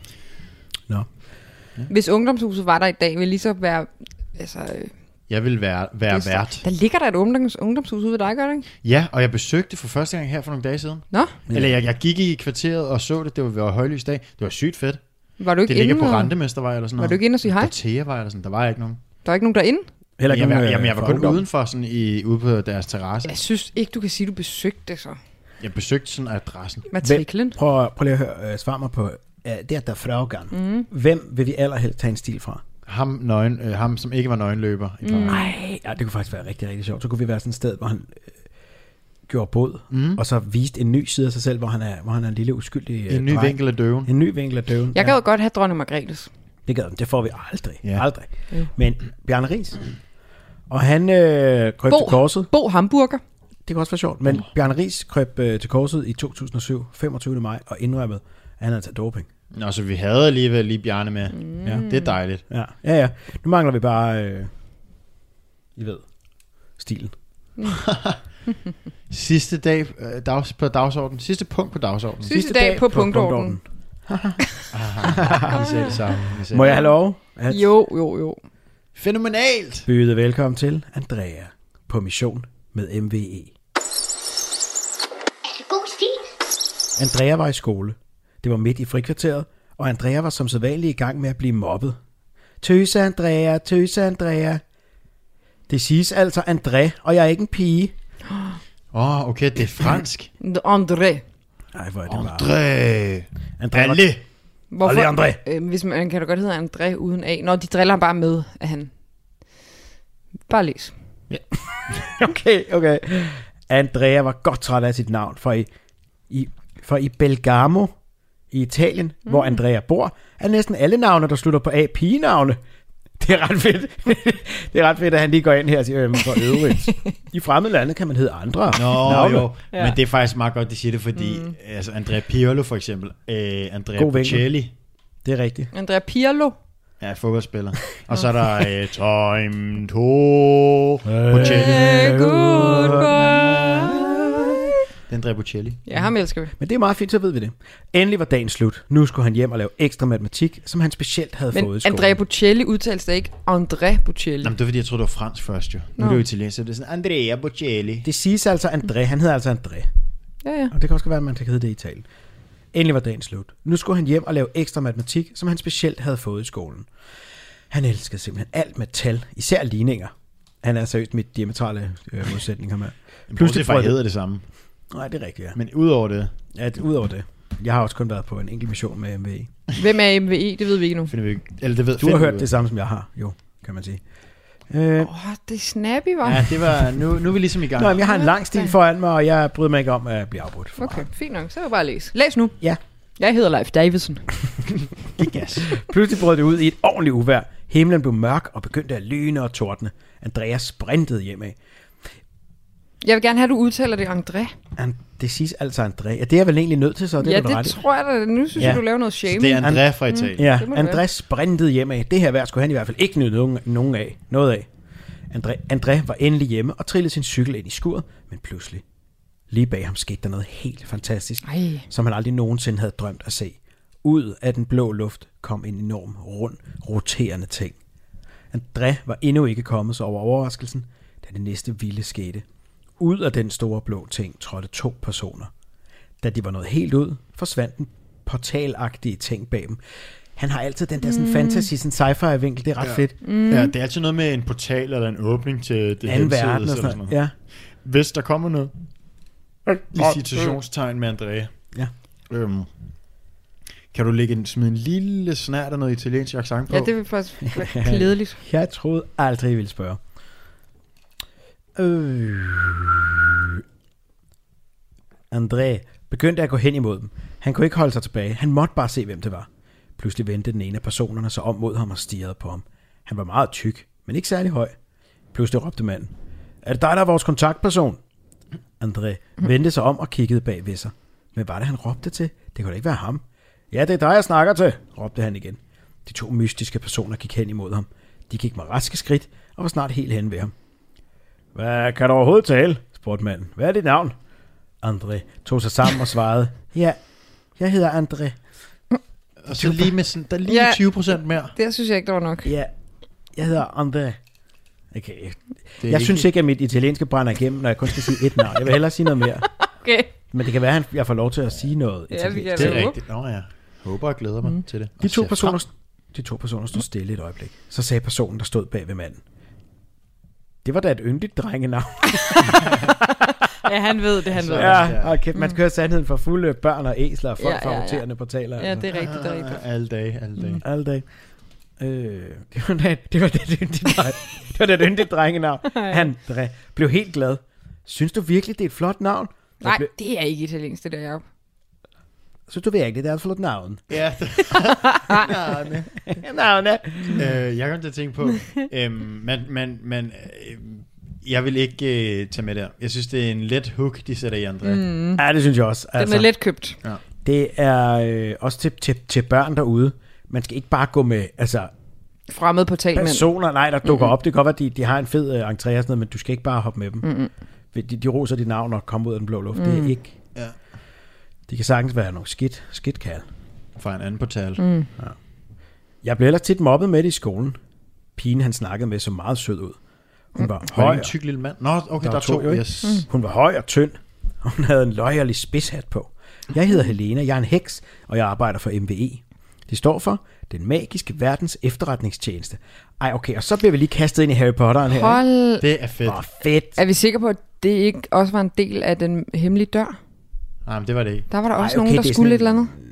Nå. Ja. Hvis ungdomshuset var der i dag, ville lige så være... Altså, jeg vil være, være vært. Der ligger der et ungdoms, ungdomshus ude ved dig, gør det ikke? Ja, og jeg besøgte det for første gang her for nogle dage siden. Nå? Eller jeg, jeg gik i kvarteret og så det. Det var ved højlysdag. Det var sygt fedt. Var du ikke det ligger inde på og... Rentemestervej eller sådan noget. Var du ikke inde og sige hej? Porteavej eller sådan. Der var ikke nogen. Der var ikke nogen derinde? Heller ikke jamen, nogen, jeg, jamen, jeg var kun ungdom. udenfor sådan i, ude på deres terrasse. Jeg synes ikke, du kan sige, du besøgte det så. Jeg besøgte sådan adressen. Matriklen. Prøv, prøv lige at høre, uh, svar mig på, uh, det er der frågan. Mm. Hvem vil vi allerhelst tage en stil fra? Ham, nøgen, øh, ham som ikke var nøgenløber. Nej, mm. ja, det kunne faktisk være rigtig, rigtig sjovt. Så kunne vi være sådan et sted, hvor han øh, gjorde båd, mm. og så viste en ny side af sig selv, hvor han er, hvor han er en lille uskyldig øh, En ny dreng. vinkel af døven. En ny vinkel af døven. Jeg gad ja. godt have dronning Margrethes. Det gad det får vi aldrig. Ja. Aldrig. Mm. Men Bjarne Riis, og han øh, krøb Bo, til korset. Bo Hamburger. Det kan også være sjovt. Men oh. Bjarne Riis krøb øh, til korset i to tusind og syv, femogtyvende maj, og indrømmede, at han havde taget doping. Nå, så vi havde alligevel lige Bjarne med. Mm. Ja, det er dejligt. Ja, ja, ja. Nu mangler vi bare, øh, I ved, stilen. Mm. Sidste dag øh, dags, på dagsordenen. Sidste punkt på dagsordenen. Sidste, Sidste dag, dag på, på punktordenen. Vi ser det sammen. Vi ser Må jeg have lov? At jo, jo, jo. Fænomenalt. Byde velkommen til Andrea på mission med M V E. Er det god stil? Andrea var i skole. Det var midt i frikvarteret, og Andrea var som sædvanlig i gang med at blive mobbet. Tøse Andrea, tøse Andrea. Det siges altså André, og jeg er ikke en pige. Åh, oh, okay, det er fransk. André. Ej, hvor er det André. bare. André Alle. Hvorfor? André. Øh, hvis man kan da godt hedde André uden A. Når de driller ham bare med, at han... Bare læs. Ja. okay, okay. Andrea var godt træt af sit navn, for i, i, for i Belgamo i Italien, mm. hvor Andrea bor, er næsten alle navne, der slutter på A, pigenavne. Det er ret fedt. Det er ret fedt, at han lige går ind her og siger, øhm, for øvrigt. I fremmede lande kan man hedde andre Nå, navne. Jo, ja. Men det er faktisk meget godt, de siger det, fordi mm. altså Andrea Pirlo for eksempel, øh, Andrea Bocelli. Det er rigtigt. Andrea Pirlo. Ja, fodboldspiller. Og så er der øh, Time to Bocelli. Det er Andrea Bocelli. Ja, ham elsker vi. Men det er meget fint, så ved vi det. Endelig var dagen slut. Nu skulle han hjem og lave ekstra matematik, som han specielt havde Men fået i skolen. Andrea Bocelli udtales det ikke André Bocelli. Jamen, det er fordi, jeg troede, det var fransk først jo. Nu er det jo italiensk, så det er sådan Andrea Bocelli. Det siges altså André. Han hedder altså André. Ja, ja. Og det kan også være, at man kan hedde det i Italien. Endelig var dagen slut. Nu skulle han hjem og lave ekstra matematik, som han specielt havde fået i skolen. Han elskede simpelthen alt med tal, især ligninger. Han er seriøst mit diametrale øh, modsætning her med. Pludselig for hedder det samme. Nej, det er rigtigt, ja. Men udover det? Ja, det, udover det. Jeg har også kun været på en enkelt mission med M V I. Hvem er M V I? Det ved vi ikke nu. Finder vi ikke. Eller det ved, du har hørt det samme, som jeg har, jo, kan man sige. Åh, øh, oh, det er snappy, var. Ja, det var, nu, nu er vi ligesom i gang. Nå, jamen, jeg har en lang stil foran mig, og jeg bryder mig ikke om at blive afbrudt. Okay, fint nok. Så vil jeg bare læse. Læs nu. Ja. Jeg hedder Leif Davidsen. Yes. Pludselig brød det ud i et ordentligt uvejr. Himlen blev mørk og begyndte at lyne og tordne. Andreas sprintede hjemad. Jeg vil gerne have, at du udtaler det André. And, det siges altså André. Ja, det er vel egentlig nødt til, så det ja, er det ret. tror jeg da. Nu synes ja. jeg, du laver noget shaming. Så det er André fra Italien. Mm. Ja, André sprintede hjemad. Det her vejr skulle han i hvert fald ikke nyde nogen, nogen af. Noget af. André, André var endelig hjemme og trillede sin cykel ind i skuret, men pludselig, lige bag ham skete der noget helt fantastisk, Ej. som han aldrig nogensinde havde drømt at se. Ud af den blå luft kom en enorm, rund, roterende ting. André var endnu ikke kommet så over overraskelsen, da det næste vilde skete. Ud af den store blå ting trådte to personer. Da de var nået helt ud, forsvandt den portalagtige ting bag dem. Han har altid den der sådan mm. fantasy, sådan sci-fi vinkel, det er ret ja. fedt. Mm. Ja, det er altid noget med en portal eller en åbning til det anden verden og sådan noget. Ja. Hvis der kommer noget i citationstegn med Andrea. Ja. Øhm, kan du lægge en, smide en lille snært af noget italiensk accent på? Ja, det vil faktisk være klædeligt. Jeg troede aldrig, jeg ville spørge. Øh. André begyndte at gå hen imod dem. Han kunne ikke holde sig tilbage. Han måtte bare se, hvem det var. Pludselig vendte den ene af personerne sig om mod ham og stirrede på ham. Han var meget tyk, men ikke særlig høj. Pludselig råbte manden: "Er det dig, der er vores kontaktperson?" André vendte sig om og kiggede bag ved sig. Men hvad var det, han råbte til? Det kunne da ikke være ham. "Ja, det er dig, jeg snakker til," råbte han igen. De to mystiske personer gik hen imod ham. De gik med raske skridt og var snart helt hen ved ham. "Hvad kan du overhovedet tale?" spurgte manden. "Hvad er dit navn?" André tog sig sammen og svarede: "Ja, jeg hedder André." Og så lige med sådan, der er lige ja, tyve procent mere. Det synes jeg ikke, der var nok. Ja, jeg hedder André. Okay. Jeg ikke... synes ikke, at mit italienske brænder igennem, når jeg kun skal sige et navn. Jeg vil hellere sige noget mere. Okay. Men det kan være, at jeg får lov til at sige noget. Ja, vi kan det er rigtigt. Nå ja. Håber og glæder mig mm. til det. De to, personer, de to personer stod stille et øjeblik. Så sagde personen, der stod bag ved manden: "Det var da et yndigt drengenavn." Ja, han ved det, han ved. Ja, okay, man kører sandheden for fulde børn og æsler og folk ja, ja, ja. fra roterende portaler. Ja, det er rigtigt, det er rigtigt. Alle dage, alle dage. Mm. Alle dage. Øh, det var det, det var det yndigt dreng. Det var det yndigt drengenavn. Han blev helt glad. Synes du virkelig, det er et flot navn? Nej, blev... det er ikke italiensk, det der, Jacob. Synes du virkelig, det er et flot navn? Ja. Navne. Navne. øh, jeg kom til at tænke på, øhm, man, man, man, øh, jeg vil ikke øh, tage med der. Jeg synes, det er en let hook, de sætter i André. Mm. Ja, det synes jeg også. Altså, den er let købt. Ja. Det er øh, også til, til, til børn derude. Man skal ikke bare gå med altså fremmede portalmænd. Personer, nej, der dukker mm-hmm. op. Det kan godt være, de, de har en fed øh, entré og sådan noget, men du skal ikke bare hoppe med dem. Mm-hmm. De, de roser dit navn og kommer ud af den blå luft. Mm. Det er ikke... Ja. Det kan sagtens være nogle skidt, skidt kald. Fra en anden portal. Mm. Ja. Jeg blev ellers tit mobbet med det i skolen. Pigen, han snakkede med, så meget sød ud. Hun var mm. høj. Var det en tyk lille mand? Nå, okay, der, der er to. to yes. mm. Hun var høj og tynd, og hun havde en løjerlig spidshat på. Jeg hedder Helena, jeg er en heks, og jeg arbejder for M V I. Det står for Den Magiske Verdens Efterretningstjeneste. Ej, okay, og så bliver vi lige kastet ind i Harry Potteren her. Hold... Det er fedt. Åh, fedt. Er vi sikre på, at det ikke også var en del af den hemmelige dør? Nej, men det var det ikke. Der var der også Ej, okay, nogen, der skulle et eller andet.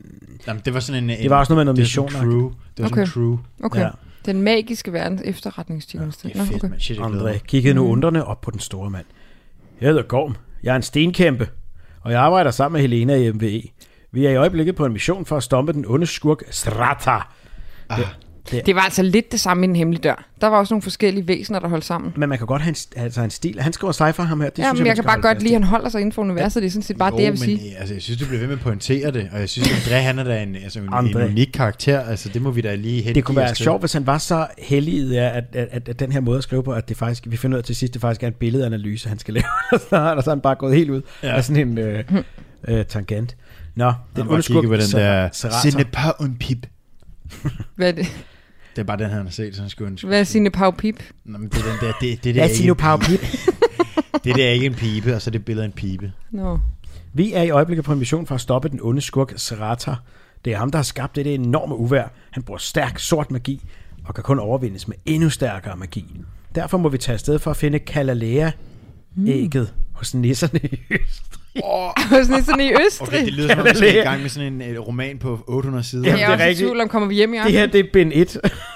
Jamen, det var sådan en... Det var også noget med noget mission. Det var sådan en crew. Det var okay. sådan en crew. Okay. Ja. Den magiske verdens efterretningstjeneste. Ja, det er fedt, okay. man. Shit, André kiggede nu undrende op på den store mand. Jeg hedder Gorm. Jeg er en stenkæmpe, og jeg arbejder sammen med Helena i M V E. Vi er i øjeblikket på en mission for at stoppe den onde skurk Strata. Ah. Det, det. det var altså lidt det samme i Den Hemmelige Dør. Der var også nogle forskellige væsener, der holdt sammen. Men man kan godt have en, altså en stil. Han skriver sci-fi ham her. Det ja, synes men jeg, jeg kan bare godt lide, at han holder sig inden for universet. Det er sådan set bare jo, det, jeg vil men, sige. Altså, jeg synes, du bliver ved med at pointere det. Og jeg synes, at André, han er da en, altså, en, en unik karakter. Altså, det må vi da lige hen. Det kunne være sjovt, hvis han var så heldig, ja, at, at, at, at den her måde at skrive på, at det faktisk, vi finder ud af til sidst, det faktisk er en billedanalyse, han skal lave. Og så er han bare gået helt ud ja. af sådan en øh, øh, tangent. Nå, den underskurk på den der Sine pas un pip. Hvad er det? Det er bare den, han har set, så han skulle ønske. Hvad er Sine pas pip? Nå, men det er den der, det, det, det er Sine pas pip. Det der er ikke en pibe, og så er det billede af en pibe. No. Vi er i øjeblikket på en mission for at stoppe den onde skurk Serata. Det er ham, der har skabt det, det enorme uvejr. Han bruger stærk sort magi, og kan kun overvindes med endnu stærkere magi. Derfor må vi tage afsted for at finde Kalalea-ægget mm. hos nisserne i Østrig. Oh. Hos nisserne i Østrig? Okay, det lyder som om, vi skal i gang med sådan en roman på otte hundrede sider. Jamen, jeg er også i tvivl om, kommer vi hjem i aften? Det her, det er bind et.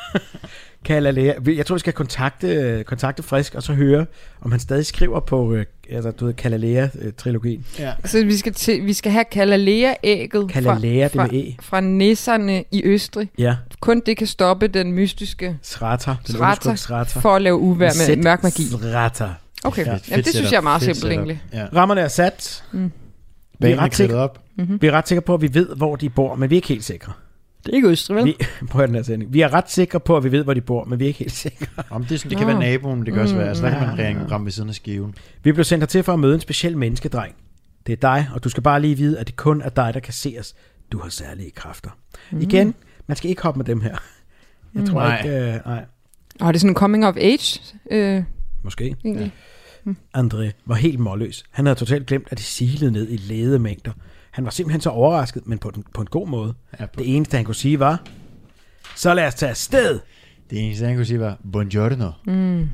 Kalalea. Jeg tror, vi skal kontakte, kontakte Frisk, og så høre, om han stadig skriver på altså, du ved, Kalalea-trilogien. Ja. Så vi skal, til, vi skal have Kalalea-ægget Kalalea, fra, fra, e. fra nisserne i Østrig. Ja. Kun det kan stoppe den mystiske Srata, den Srata, Srata for at lave uvejr med Sæt mørk magi. Srata. Okay, ja. Jamen, det synes jeg er meget simpelt egentlig. Ja. Rammerne er sat. Mm. Vi, er ret sikre, op. Mm-hmm. vi er ret sikre på, at vi ved, hvor de bor, men vi er ikke helt sikre. Det er ikke Østrig, vel? Vi, prøv den her sending. Vi er ret sikre på, at vi ved, hvor de bor, men vi er ikke helt sikre. Om det, sådan, det kan være naboen, men det kan også være. Altså, der kan man ringe ramme ved siden af skiven. Vi blev sendt hertil for at møde en speciel menneskedreng. Det er dig, og du skal bare lige vide, at det kun er dig, der kan se os. Du har særlige kræfter. Mm. Igen, man skal ikke hoppe med dem her. Jeg mm. tror nej. ikke... Øh, nej. Og er det sådan en coming of age? Øh, Måske. Ja. Mm. André var helt målløs. Han havde totalt glemt, at det silede ned i ledemængder. Han var simpelthen så overrasket, men på, den, på en god måde. Ja, på... Det eneste, han kunne sige, var... Så lad os tage afsted! Det eneste, han kunne sige, var... Buongiorno. Mm.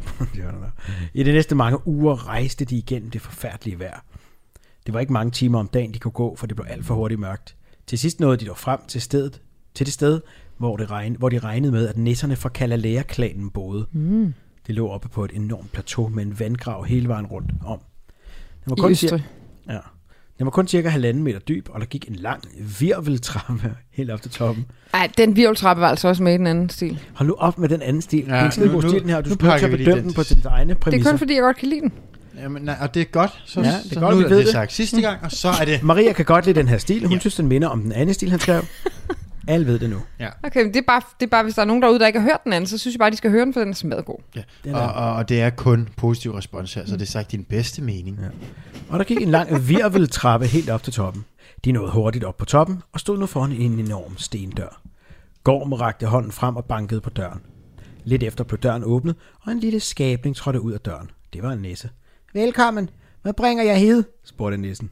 I de næste mange uger rejste de igennem det forfærdelige vejr. Det var ikke mange timer om dagen, de kunne gå, for det blev alt for hurtigt mørkt. Til sidst nåede de dog frem til stedet, til det sted, hvor, det regn, hvor de regnede med, at nisserne fra Kalalea-klanen boede. Mm. Det lå oppe på et enormt plateau med en vandgrav hele vejen rundt om. Den var kun I Østrig. Ja. Den var kun cirka halvanden meter dyb, og der gik en lang virveltrappe helt op til toppen. Ej, den virveltrappe var altså også med i den anden stil. Hold nu op med den anden stil. Ja, det er en skide god stil, den her. Du skal til at bedømme den på dine egne præmisser. Det er kun fordi, jeg godt kan lide den. Jamen, nej, og det er godt. Så, ja, det er så godt, nu vi ved det det. sagt sidste gang, og så er det... Maria kan godt lide den her stil. Hun ja. synes, den minder om den anden stil, han skrev. Alle ved det nu. Ja. Okay, men det er, bare, det er bare, hvis der er nogen derude, der ikke har hørt den anden, så synes jeg bare, de skal høre den, for den er smadret god. Ja. Og, og, og det er kun positiv respons her, så det er sagt din bedste mening. Ja. Og der gik en lang virveltrappe helt op til toppen. De nåede hurtigt op på toppen, og stod nu foran en enorm stendør. Gorm rakte hånden frem og bankede på døren. Lidt efter blev døren åbnet, og en lille skabning trådte ud af døren. Det var en nisse. Velkommen. Hvad bringer jeg hed? Spurgte nissen.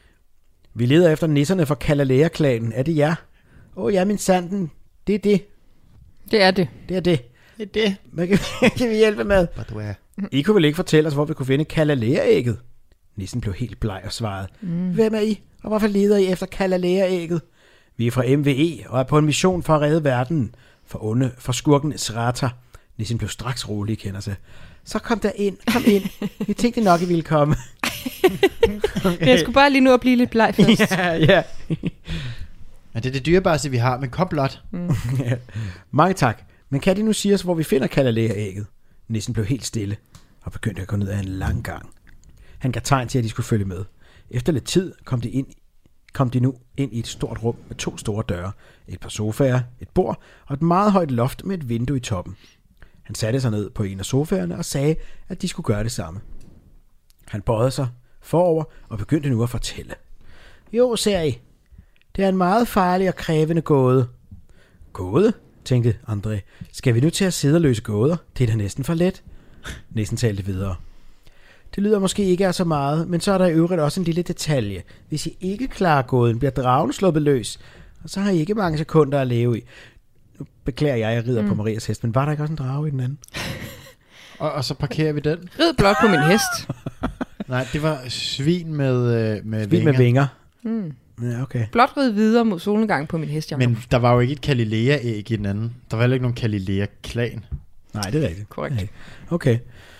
Vi leder efter nisserne fra Kalalea-klanen. Er det jer? Åh oh, ja, min sanden. Det er det. Det er det. Det er det. Det er det. Hvad kan, kan vi hjælpe med? er. I kunne vel ikke fortælle os, hvor vi kunne finde Kalalea-ægget? Nissen blev helt bleg og svarede. Mm. Hvem er I? Og hvorfor leder I efter Kalalea-ægget? Vi er fra M V E og er på en mission for at redde verden. For onde, for skurken Srata. Nissen blev straks rolig, kender sig. Så kom der ind, kom ind. Vi tænkte nok, I ville komme. Okay. Jeg skulle bare lige nu at blive lidt bleg først. Ja, ja. Ja, det er det dyrebareste, vi har, men kom blot. Mm. Ja. Mange tak. Men kan de nu sige os, hvor vi finder Kalalea-ægget? Nissen blev helt stille og begyndte at gå ned ad en lang gang. Han gav tegn til, at de skulle følge med. Efter lidt tid kom de, ind, kom de nu ind i et stort rum med to store døre, et par sofaer, et bord og et meget højt loft med et vindue i toppen. Han satte sig ned på en af sofaerne og sagde, at de skulle gøre det samme. Han bøjede sig forover og begyndte nu at fortælle. Jo, ser I. Det er en meget farlig og krævende gåde. Gåde? Tænkte André. Skal vi nu til at sidde og løse gåder? Det er da næsten for let. Nissen talte videre. Det lyder måske ikke af så meget, men så er der i øvrigt også en lille detalje. Hvis I ikke klarer gåden, bliver dragen sluppet løs, og så har I ikke mange sekunder at leve i. Nu beklager jeg, at jeg rider mm. på Marias hest, men var der ikke også en drage i den anden? og, og så parkerer vi den. Rid blot på min hest. Nej, det var svin med, med svin vinger. med vinger. Mm. Ja, okay. Blot ride videre mod solnedgang på min hest. Men der var jo ikke et Galilea-æg i den anden. Der var heller ikke nogen Galilea-klan. Nej, det er rigtigt. Korrekt. Okay.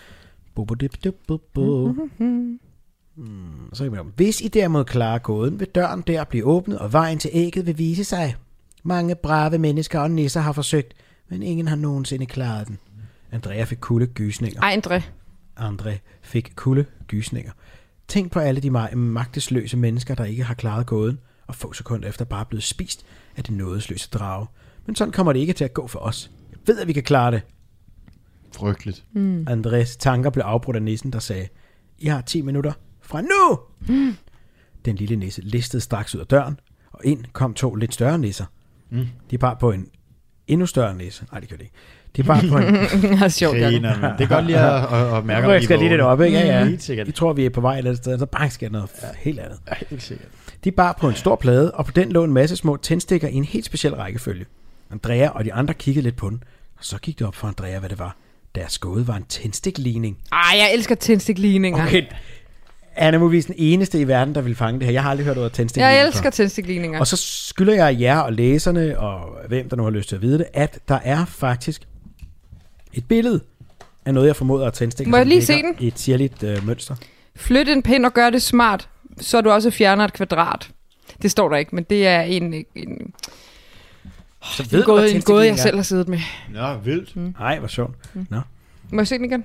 Hmm, så kan man, hvis I derimod klarer gåden, vil døren der blive åbnet, og vejen til ægget vil vise sig. Mange brave mennesker og nisser har forsøgt, men ingen har nogensinde klaret den. Andrea fik kulde gysninger. Ej, André. André fik kulde gysninger. Tænk på alle de magtesløse mennesker, der ikke har klaret gåden, og få sekunder efter bare blevet spist af det nådesløse drage. Men sådan kommer det ikke til at gå for os. Jeg ved, at vi kan klare det. Frygteligt. Mm. Andrés tanker blev afbrudt af nissen, der sagde, I har ti minutter fra nu! Mm. Den lille nisse listede straks ud af døren, og ind kom to lidt større nisser. Mm. De bar på en endnu større nisse. Nej, det gør det ikke. De bar på en... det er sjovt, Griner, men det er godt lige at, at, at mærke, om jeg skal lige lidt op, ikke? Ja, ja. Helt sikkert. De tror, vi er på vej et eller andet sted, så bang, skal noget ja. helt andet. Ja, helt sikkert. De bar på en stor plade, og på den lå en masse små tændstikker i en helt speciel rækkefølge. Andrea og de andre kiggede lidt på den, og så gik det op for Andrea, hvad det var. Deres gåde var en tændstikligning. Ej, jeg elsker tændstikligninger. Okay. Han er muligvis den eneste i verden, der vil fange det her. Jeg har aldrig hørt ordet tændstikligninger. Jeg elsker tændstikligninger. Og så skylder jeg jer og læserne, og hvem der nu har lyst til at vide det, at der er faktisk et billede af noget, jeg formoder er tændstikker. Må jeg lige se den? I et sirligt øh, mønster. Flyt en pind og gør det smart, så du også fjerner et kvadrat. Det står der ikke, men det er en... en så det er gået, en gåde, jeg selv har siddet med. Nå, vildt. Mm. Nej, hvor sjovt. Mm. Nå. Må jeg se den igen?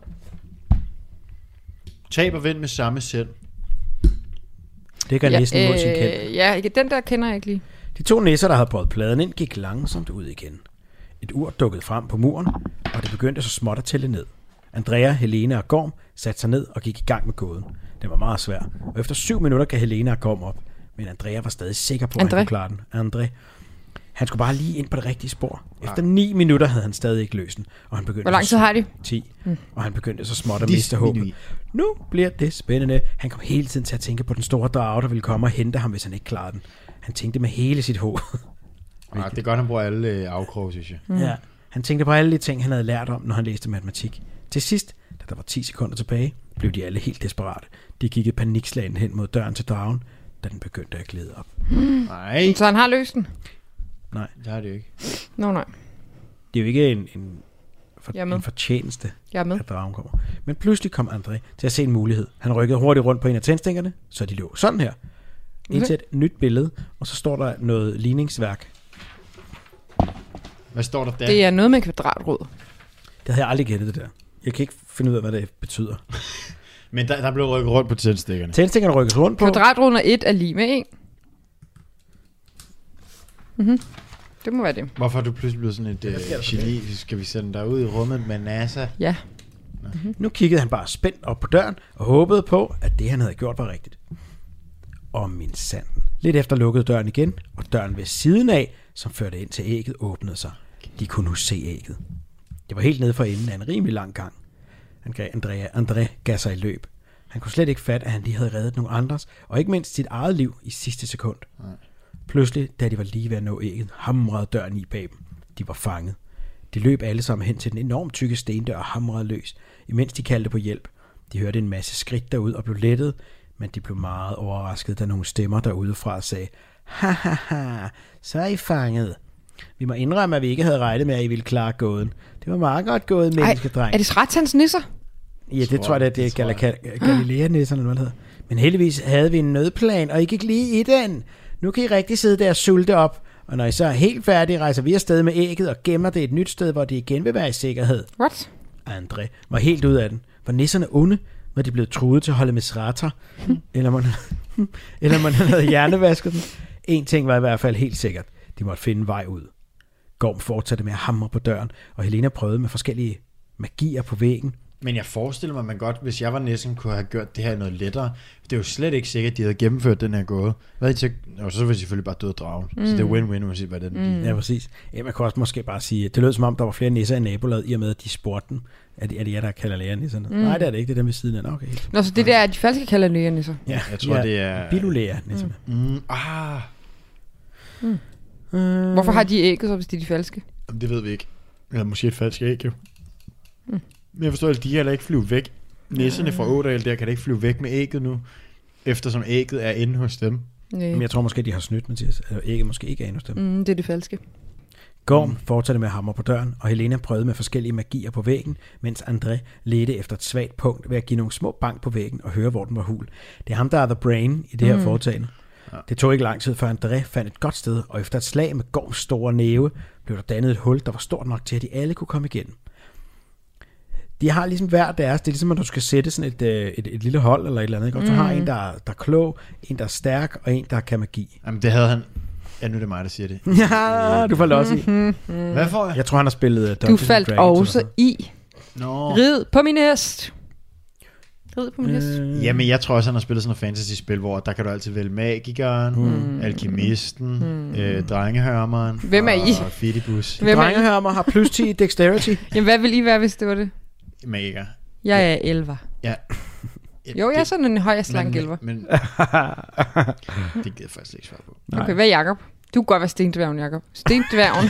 Tab og vind med samme selv. Det gør ja, næsten øh, mod sin kend. Ja, den der kender jeg ikke lige. De to nisser, der havde båret pladen ind, gik langsomt ud igen. Et ur dukkede frem på muren, og det begyndte så småt at tælle ned. Andrea, Helene og Gorm satte sig ned og gik i gang med gåden. Den var meget svær, og efter syv minutter gav Helene og Gorm op. Men Andrea var stadig sikker på, at han kunne klare den. André. Han skulle bare lige ind på det rigtige spor. Efter ja. ni minutter havde han stadig ikke løst den, og han begyndte. Hvor lang tid har de? ti. Mm. Og han begyndte så småt at miste håbet. Nu bliver det spændende. Han kom hele tiden til at tænke på den store drage, der ville komme og hente ham, hvis han ikke klarede den. Han tænkte med hele sit hoved. Ja, det er godt, han bruger alle øh, afkrog, synes jeg. Mm. Ja, han tænkte på alle de ting, han havde lært om, når han læste matematik. Til sidst, da der var ti sekunder tilbage, blev de alle helt desperate. De kiggede panikslagen hen mod døren til dragen, da den begyndte at glide op. Mm. Nej. Så han har løst den? Nej. Det har det jo ikke. Nå, nej. Det er jo ikke en, en, for, en fortjeneste, at dragen kommer. Men pludselig kom André til at se en mulighed. Han rykkede hurtigt rundt på en af tændstikkerne, så de lå sådan her. Indtil et nyt billede, og så står der noget ligningsværk. Hvad står der der? Det er noget med kvadratrod. Det havde jeg aldrig gættet, det der. Jeg kan ikke finde ud af, hvad det betyder. Men der, der blev rykket rundt på tændstikkerne. Tændstikkerne rykkes rundt på. Kvadratroden er et er lige med en. Mhm. Det må være det. Hvorfor er du pludselig blevet sådan et uh, geni? Skal vi sende dig ud i rummet med NASA? Ja. Mm-hmm. Nu kiggede han bare spændt op på døren og håbede på, at det han havde gjort var rigtigt. Og min sanden. Lidt efter lukkede døren igen, og døren ved siden af, som førte ind til ægget, åbnede sig. De kunne nu se ægget. Det var helt nede for enden af en rimelig lang gang. Andrea, André gav sig i løb. Han kunne slet ikke fatte, at han lige havde reddet nogle andres, og ikke mindst sit eget liv i sidste sekund. Nej. Pludselig, da de var lige ved at nå ægget, hamrede døren i bag dem. De var fanget. De løb alle sammen hen til den enormt tykke stendør og hamrede løs, imens de kaldte på hjælp. De hørte en masse skridt derud og blev lettet, men de blev meget overrasket, da nogle stemmer derudefra sagde, ha ha ha, så er I fanget. Vi må indrømme, at vi ikke havde regnet med, at I ville klare gåden. Det var meget godt gået, menneskedreng. Er det Sratans nisser? Ja, det tror, tror jeg, det er, det er Galilea-nisserne, eller hvad det hedder. Men heldigvis havde vi en nødplan, og I gik lige i den. Nu kan I rigtig sidde der og sulte op, og når I så er helt færdige, rejser vi afsted med ægget og gemmer det et nyt sted, hvor de igen vil være i sikkerhed. What? André var helt ud af den. Var nisserne onde, når de blev truet til at holde med sratter, eller man, eller man havde hjernevasket dem. En ting var i hvert fald helt sikkert. De måtte finde vej ud. Gorm fortsatte med at hamre på døren, og Helena prøvede med forskellige magier på væggen. Men jeg forestiller mig, at man godt, hvis jeg var nissen, kunne have gjort det her noget lettere. Det er jo slet ikke sikkert, at de havde gennemført den her gåde. Hvad er det til? Og så ville de selvfølgelig bare døde dragen. Mm. Så det er win-win, man siger, hvad det er. Mm. Ja, præcis. Ja, man kunne også måske bare sige, det lød som om, der var flere nisser i nabolaget, i og med, at de spurgte dem. Er det, er det jer, der kalder lærernisserne? Mm. Nej, det er det ikke. Det er dem ved siden af. Nå, okay. Nå, så det der er de falske kalder lærernisser? Ja, jeg tror, ja, det er... Bilulærer-nisserne. Mm. Mm. Ah. Mm. Mm. Hvorfor har de ægget så, hvis de er de falske? Jamen, det ved vi ikke. Eller måske et falsk æg, jo. Mm. Men jeg forstår, at de kan heller ikke flyve væk. Nisserne fra Ådal der kan da ikke flyve væk med ægget nu, eftersom ægget er inde hos dem. Nej. Men jeg tror måske, de har snydt, Mathias. Eller ikke, måske ikke anus dem. Mm, det er det falske. Gorm mm. fortsatte med at hamre på døren, og Helena prøvede med forskellige magier på væggen, mens André ledte efter et svagt punkt ved at give nogle små bank på væggen og høre, hvor den var hul. Det er ham, der er the brain i det her mm. foretagende. Ja. Det tog ikke lang tid, før André fandt et godt sted, og efter et slag med Gorms store næve, blev der dannet et hul, der var stort nok til, at de alle kunne komme igennem. De har ligesom hver deres, det er ligesom, at du skal sætte sådan et, et, et lille hold eller et eller andet. Ikke? Og du mm. har en, der, der er klog, en, der er stærk, og en, der kan magi. Jamen, det havde han... Ja, nu er det mig, der siger det. Ja, du faldt også i. Mm-hmm. Hvad får jeg? Jeg tror, han har spillet Dungeons Du faldt Dragons, også i. Nå. Rid på min hest. Rid på min hest. Øh. Jamen, jeg tror også, han har spillet sådan noget fantasy-spil, hvor der kan du altid vælge magikeren, mm. alkemisten, mm. øh, drengehørmeren. Hvem er I? Og Fidibus. Drengehørmer har plus ti dexterity. Jamen, hvad vil I være, hvis det var det? Magiker. Jeg er elver. Ja. Jo, jeg er sådan en høj slank elver. Men, men det gider jeg faktisk ikke svare på. Okay, hvad er Jacob? Du kan godt være stendværgen, Jacob. Stendværgen.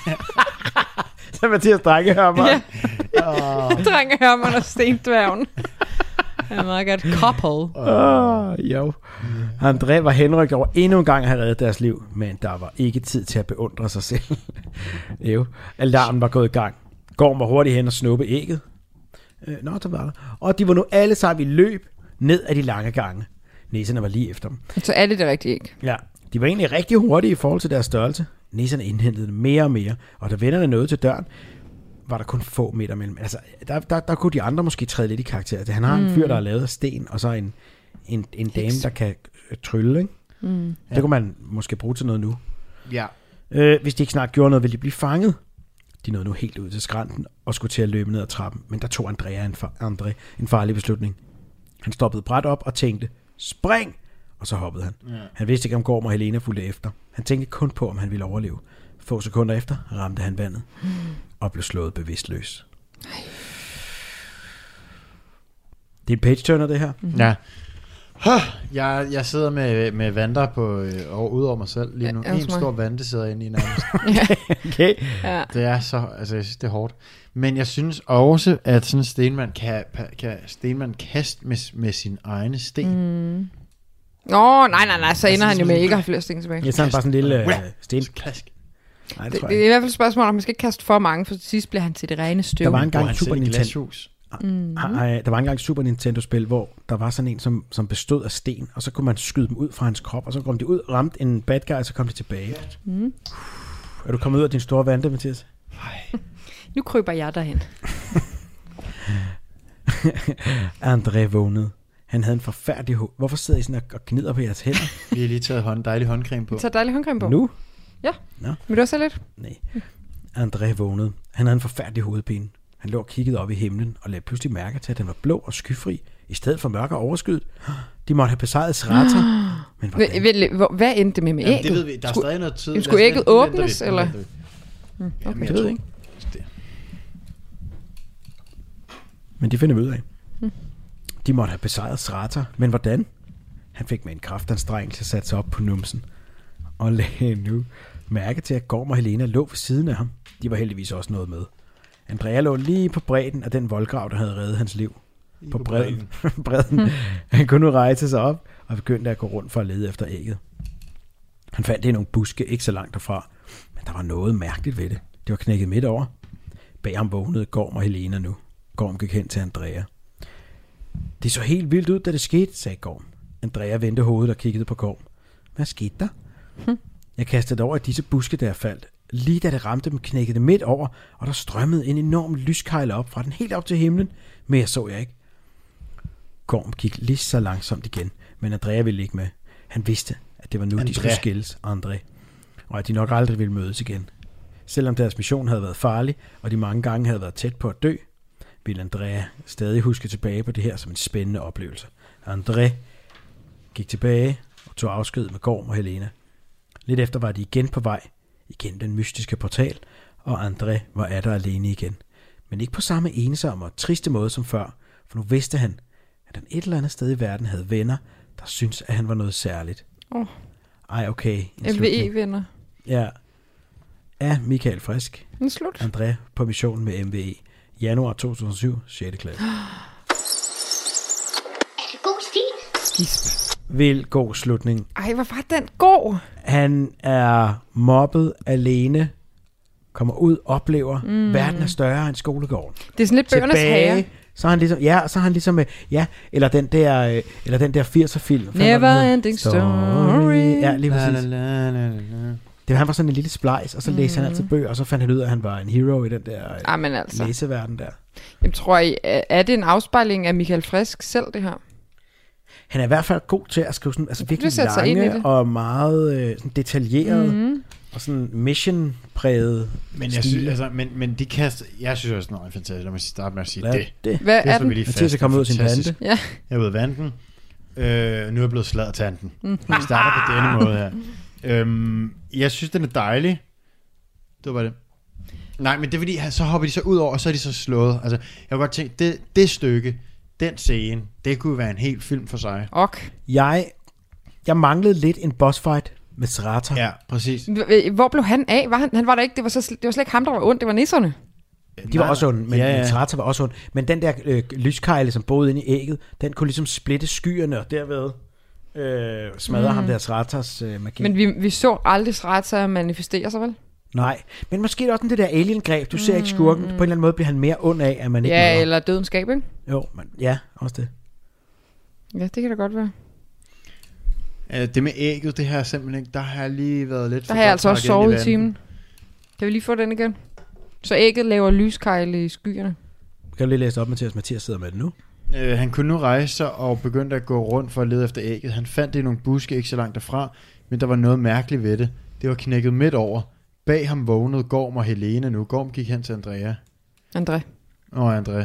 Så Mathias drengehørmer. Ja. Oh. Drengehørmer og stendværgen. Det er meget godt couple. Oh, jo. André var henrykt over endnu en gang at have reddet deres liv, men der var ikke tid til at beundre sig selv. Jo. Alarmen var gået i gang. Gorm var hurtigt hen og snuppe ægget. Øh, nå, der var der. Og de var nu alle sammen i løb ned ad de lange gange. Næserne var lige efter dem. Så er det det rigtige æg? Ja. De var egentlig rigtig hurtige i forhold til deres størrelse. Næserne indhentede mere og mere, og da vennerne nåede til døren, var der kun få meter mellem. Altså, der, der, der kunne de andre måske træde lidt i karakter. Han har mm. en fyr, der er lavet af sten, og så en, en, en dame, der kan trylle. Ikke? Mm. Det ja. kunne man måske bruge til noget nu. Ja. Øh, hvis de ikke snart gjorde noget, ville de blive fanget. De nåede nu helt ud til skrænten og skulle til at løbe ned ad trappen, men der tog Andrea en, far, André en farlig beslutning. Han stoppede bræt op og tænkte, spring! Og så hoppede han. Ja. Han vidste ikke, om Gorm og Helena fulgte efter. Han tænkte kun på, om han ville overleve. Få sekunder efter ramte han vandet mm. og blev slået bevidstløs. Ej. Det er en page-turner, det her. Mm-hmm. Ja. Jeg, jeg sidder med, med vanter på, øh, ud over mig selv lige nu. Ja, en stor vante sidder inde i nærmest. Okay. Ja. Det er så, altså jeg synes, det er hårdt. Men jeg synes også, at sådan en stenmand kan, kan stenmand kaste med, med sin egne sten. Mm. Åh, oh, nej, nej, nej, så ender han jo med ikke at have flere sten tilbage. Ja, så er han bare sådan en lille uh, sten. Klask. Nej, det, det, det er i hvert fald et spørgsmål, om man skal ikke kaste for mange, for til sidst bliver han til det rene støv. Der var engang oh, Super Nintendo. Mm. Der var engang et Super Nintendo-spil, hvor der var sådan en, som, som bestod af sten, og så kunne man skyde dem ud fra hans krop, og så kom de ud, ramte en bad guy, og så kom de tilbage. Mm. Er du kommet ud af din store vante, Mathias? Nej. Nu kryber jeg derhen. André vågnede. Han havde en forfærdelig hoved. Hvorfor sidder I sådan og gnider på jeres hænder? Vi har lige taget hånd, dejlig håndcreme på. Så dejlig håndcreme på? Nu? Ja. Nå. Vil du også have lidt? Nej. André vågnede. Han havde en forfærdelig hovedpine. Han lå og kiggede op i himlen og lagde pludselig mærke til, at den var blå og skyfri, i stedet for mørk og overskyet. De måtte have besejret Srata. Men hvordan? Hvad, hvad endte det med med ægget? Jamen, det ved vi. Der er stadig noget tid. Skulle ægget åbnes, vi, eller? Mm, okay. Jamen, det ved jeg ikke. Men det finder vi ud af. Hmm. De måtte have besejret Srata, men hvordan? Han fik med en kraftanstrengelse sat sig op på numsen, og lagde nu mærke til, at Gorm og Helena lå ved siden af ham. De var heldigvis også noget med. Andrea lå lige på bredden af den voldgrav, der havde reddet hans liv. På, på bredden. bredden. Hmm. Han kunne nu rejse sig op og begyndte at gå rundt for at lede efter ægget. Han fandt det i nogle buske ikke så langt derfra, men der var noget mærkeligt ved det. Det var knækket midt over. Bag ham vågnede Gorm og Helena nu. Gorm gik hen til Andrea. Det så helt vildt ud, da det skete, sagde Gorm. Andrea vendte hovedet og kiggede på Gorm. Hvad skete der? Hmm. Jeg kastede det over i disse buske, da jeg faldt. Lige da det ramte dem, knækkede det midt over, og der strømmede en enorm lyskejle op fra den helt op til himlen. Mere så jeg ikke. Gorm gik lige så langsomt igen, men Andrea ville ikke med. Han vidste, at det var nu, André. de skulle skilles, André, og at de nok aldrig ville mødes igen. Selvom deres mission havde været farlig, og de mange gange havde været tæt på at dø, ville Andrea stadig huske tilbage på det her som en spændende oplevelse. André gik tilbage og tog afsked med Gorm og Helena. Lidt efter var de igen på vej, igennem den mystiske portal, og André var atter alene igen. Men ikke på samme ensomme og triste måde som før, for nu vidste han, at han et eller andet sted i verden havde venner, der syntes, at han var noget særligt. Oh. Ej, okay. M V E-venner. Ja. Af Michael Frisk. En slut. André på mission med M V E. Januar to tusind og syv, sjette klasse. God stil. Gisp. vild god slutning. Ej, hvor var den god? Han er mobbet alene, kommer ud, oplever, mm. verden er større end skolegården. Det er sådan lidt bøgernes herre. Så er han ligesom, ja, så er han ligesom, ja, eller den der, eller den der firser film. Never ending story. story. Ja, lige præcis. La, la, la, la. Det, han var sådan en lille splice, og så læste mm. han altid bøger, og så fandt han ud af, at han var en hero i den der Amen, altså. læseverden der. Jeg tror, I, er det en afspejling af Michael Frisk selv, det her? Han er i hvert fald god til at skrive sådan, altså virkelig lange og meget øh, sådan detaljeret mm. og sådan mission-præget men jeg synes, altså, men, men de kaster, jeg synes også, noget er fantastisk, når man starte med at sige Lad det. det. Hvad det er, er den? Mathias er kommet ud af sin pande. Ja. Jeg er ude af vanten. Øh, nu er jeg blevet sladdertanten. Mm. Vi starter på denne måde her. Øhm, jeg synes, den er dejlig. Det var det. Nej, men det er fordi, så hopper de så ud over, og så er de så slået. Altså, jeg kunne godt tænke, det, det stykke, den scene, det kunne være en helt film for sig. Ok. Jeg, jeg manglede lidt en boss fight med Srata. Ja, præcis. Hvor blev han af? Var han, han var der ikke, det var, så, det var slet ikke ham, der var ondt, det var nisserne. De var også onde, men, ja, ja. men Srata var også ond. Men den der øh, lyskejle, som boede inde i ægget, den kunne ligesom splitte skyerne, og derved øh, smadre mm. ham der Sratas øh, magi. Men vi, vi så aldrig Srata manifestere sig, vel? Nej, men måske er det også det der alien-greb. Du ser mm. ikke skurken. På en eller anden måde bliver han mere ond af, at man ikke Ja, møder. eller dødens skab, ikke? Jo, men ja, også det. Ja, det kan da godt være. Ja, det med ægget, det her simpelthen ikke, der har jeg lige været lidt... Der har jeg altså også sovet i timen. Kan vi lige få den igen? Så ægget laver lyskejle i skyerne. Kan du lige læse op, Mathias? Mathias sidder med det nu. Øh, han kunne nu rejse sig og begyndte at gå rundt for at lede efter ægget. Han fandt det i nogle buske ikke så langt derfra, men der var noget mærkeligt ved det. Det var knækket midt over. Bag ham vågnede Gorm og Helene nu. Gorm gik hen til Andrea. André. Åh, oh, André.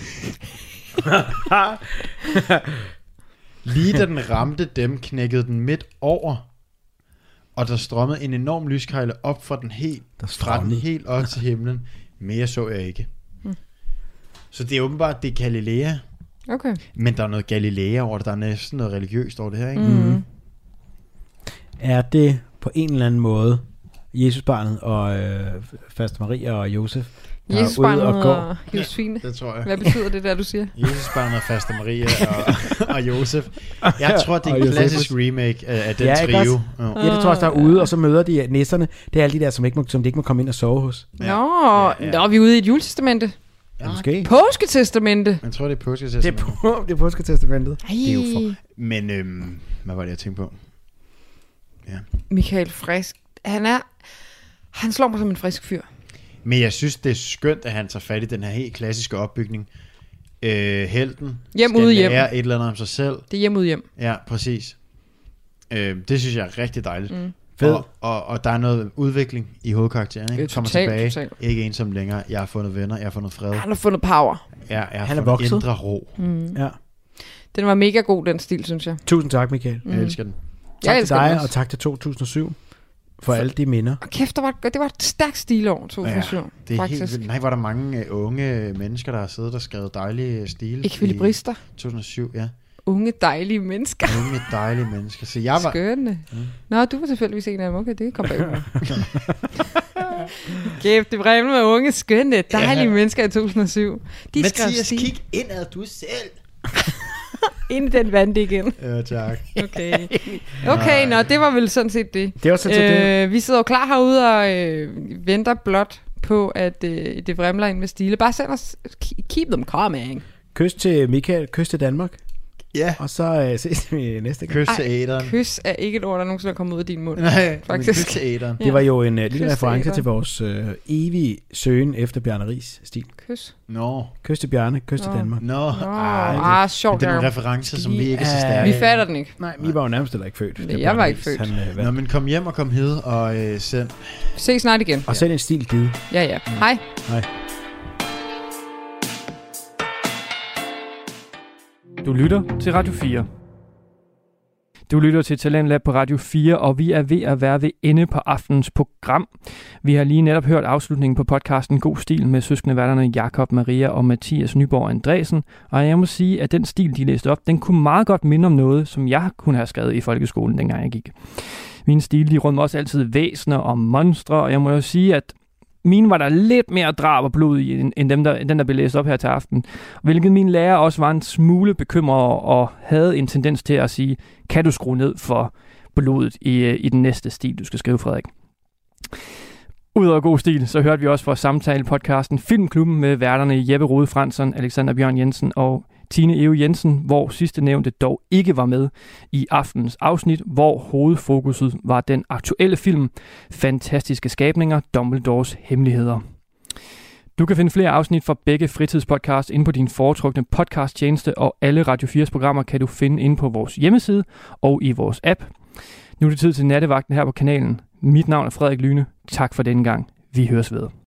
Lige da den ramte dem, knækkede den midt over, og der strømmede en enorm lyskejle op fra den helt, fra den helt op til himlen. Mere så jeg ikke. Hmm. Så det er åbenbart, det er Galilea. Okay. Men der er noget Galilea over det. Der er næsten noget religiøst over det her, ikke? Mm. Er det på en eller anden måde Jesusbarnet og øh, Faste Maria og Josef, der Jesusbarnet og, går? og Josefine? Ja, det tror jeg. Hvad betyder det der, du siger? Jesusbarnet og Faste Maria og, og Josef. Jeg tror, det er en klassisk remake af, af den ja, trio. Ja, det tror jeg også, der er ude, og så møder de nisserne. Det er alle de der, som, ikke må, som de ikke må komme ind og sove hos. Ja. Nå, ja, ja. Nå, vi er ude i et juletestamente. Ja, måske. Påsketestamente. Jeg tror, det er påsketestamentet. Det er, på, det er påsketestamentet. Ej. Det er jo for... Men, øhm, hvad var det, jeg tænkte på? Ja. Michael Frisk, han er... Han slår mig som en frisk fyr. Men jeg synes, det er skønt, at han tager fat i den her helt klassiske opbygning. Øh, helten hjem skal ude hjem. lære et eller andet om sig selv. Det er hjem ud hjem. Ja, præcis. Øh, det synes jeg er rigtig dejligt. Mm. Fed. Og, og, og der er noget udvikling i hovedkarakteren. Ikke? Kommer Total, tilbage. total. Ikke ensom længere. Jeg har fundet venner. Jeg har fundet fred. Han har fundet power. Ja, jeg har han er fundet vokset. indre ro. Mm. Ja. Den var mega god, den stil, synes jeg. Tusind tak, Michael. Mm. Jeg elsker den. Tak jeg til dig, og tak til to tusind og syv for, for alle de minder. Og kæft, det var, det var et stærkt stilår, to tusind og syv. Ja, det er faktisk. helt vildt. Nej, var der mange uh, unge mennesker, der har siddet og skrevet dejlige stile. Ekvilibrister. to tusind og syv, ja. Unge, dejlige mennesker. Unge, dejlige mennesker. Så jeg var... Skønne. Mm. Nå, du var selvfølgelig en af dem. Okay, det kom bag mig. Kæft, det bræmmer med unge, skønne, dejlige ja. mennesker i to tusind og syv. De Mathias, kig indad, du selv. Ind i den vand igen. Ja, tak. Okay. Okay, nå, det var vel sådan set det. Det var sådan set øh, det. Vi sidder jo klar herude og øh, venter blot på, at øh, det vrimler ind med stile. Bare send os, keep them coming. Kys til Michael, kys til Danmark. Ja. Og så øh, ses vi næste gang. Kys til æderen. Kys er ikke et ord, der nogensinde er kommet ud af din mund. Nej, faktisk. Kys til æderen. Det var jo en uh, lille Kys reference til, til vores øh, evige søgen efter Bjarne Ries stil. Kys. Nå. No. Kys til Bjarne, kys Nå. til Danmark. Nå. Nå. Ah, ah, sjovt. Det er nogle referencer, som vi ikke er så stærke. Vi fatter den ikke. Nej, vi var jo nærmest heller ikke født. Nej, jeg var ikke født. Han, øh, Nå, men kom hjem og kom hed og øh, send. Ses snart igen. Og send en stil givet. Ja, ja. Mm. Hej. Hej. Du lytter til Radio fire. Du lytter til Talentlab på Radio fire, og vi er ved at være ved ende på aftenens program. Vi har lige netop hørt afslutningen på podcasten God Stil med søskendeværterne Jakob, Maria og Mathias Nyborg Andresen. Og jeg må sige, at den stil, de læste op, den kunne meget godt minde om noget, som jeg kunne have skrevet i folkeskolen, dengang jeg gik. Min stil, de rummer også altid væsener og monstre, og jeg må jo sige, at mine var der lidt mere drab og blod i, end, end dem, der, den, der blev læst op her til aften. Hvilket min lærer også var en smule bekymret og havde en tendens til at sige, kan du skrue ned for blodet i, i den næste stil, du skal skrive, Frederik? Udover god stil, så hørte vi også fra samtale-podcasten Filmklubben med værterne Jeppe Rode Fransson, Alexander Bjørn Jensen og Tine Eve Jensen, hvor sidste nævnte dog ikke var med i aftenens afsnit, hvor hovedfokuset var den aktuelle film Fantastiske skabninger, Dumbledores hemmeligheder. Du kan finde flere afsnit fra begge fritidspodcasts inde på din foretrukne podcasttjeneste, og alle Radio fires programmer kan du finde inde på vores hjemmeside og i vores app. Nu er det tid til nattevagten her på kanalen. Mit navn er Frederik Lyne. Tak for denne gang. Vi høres ved.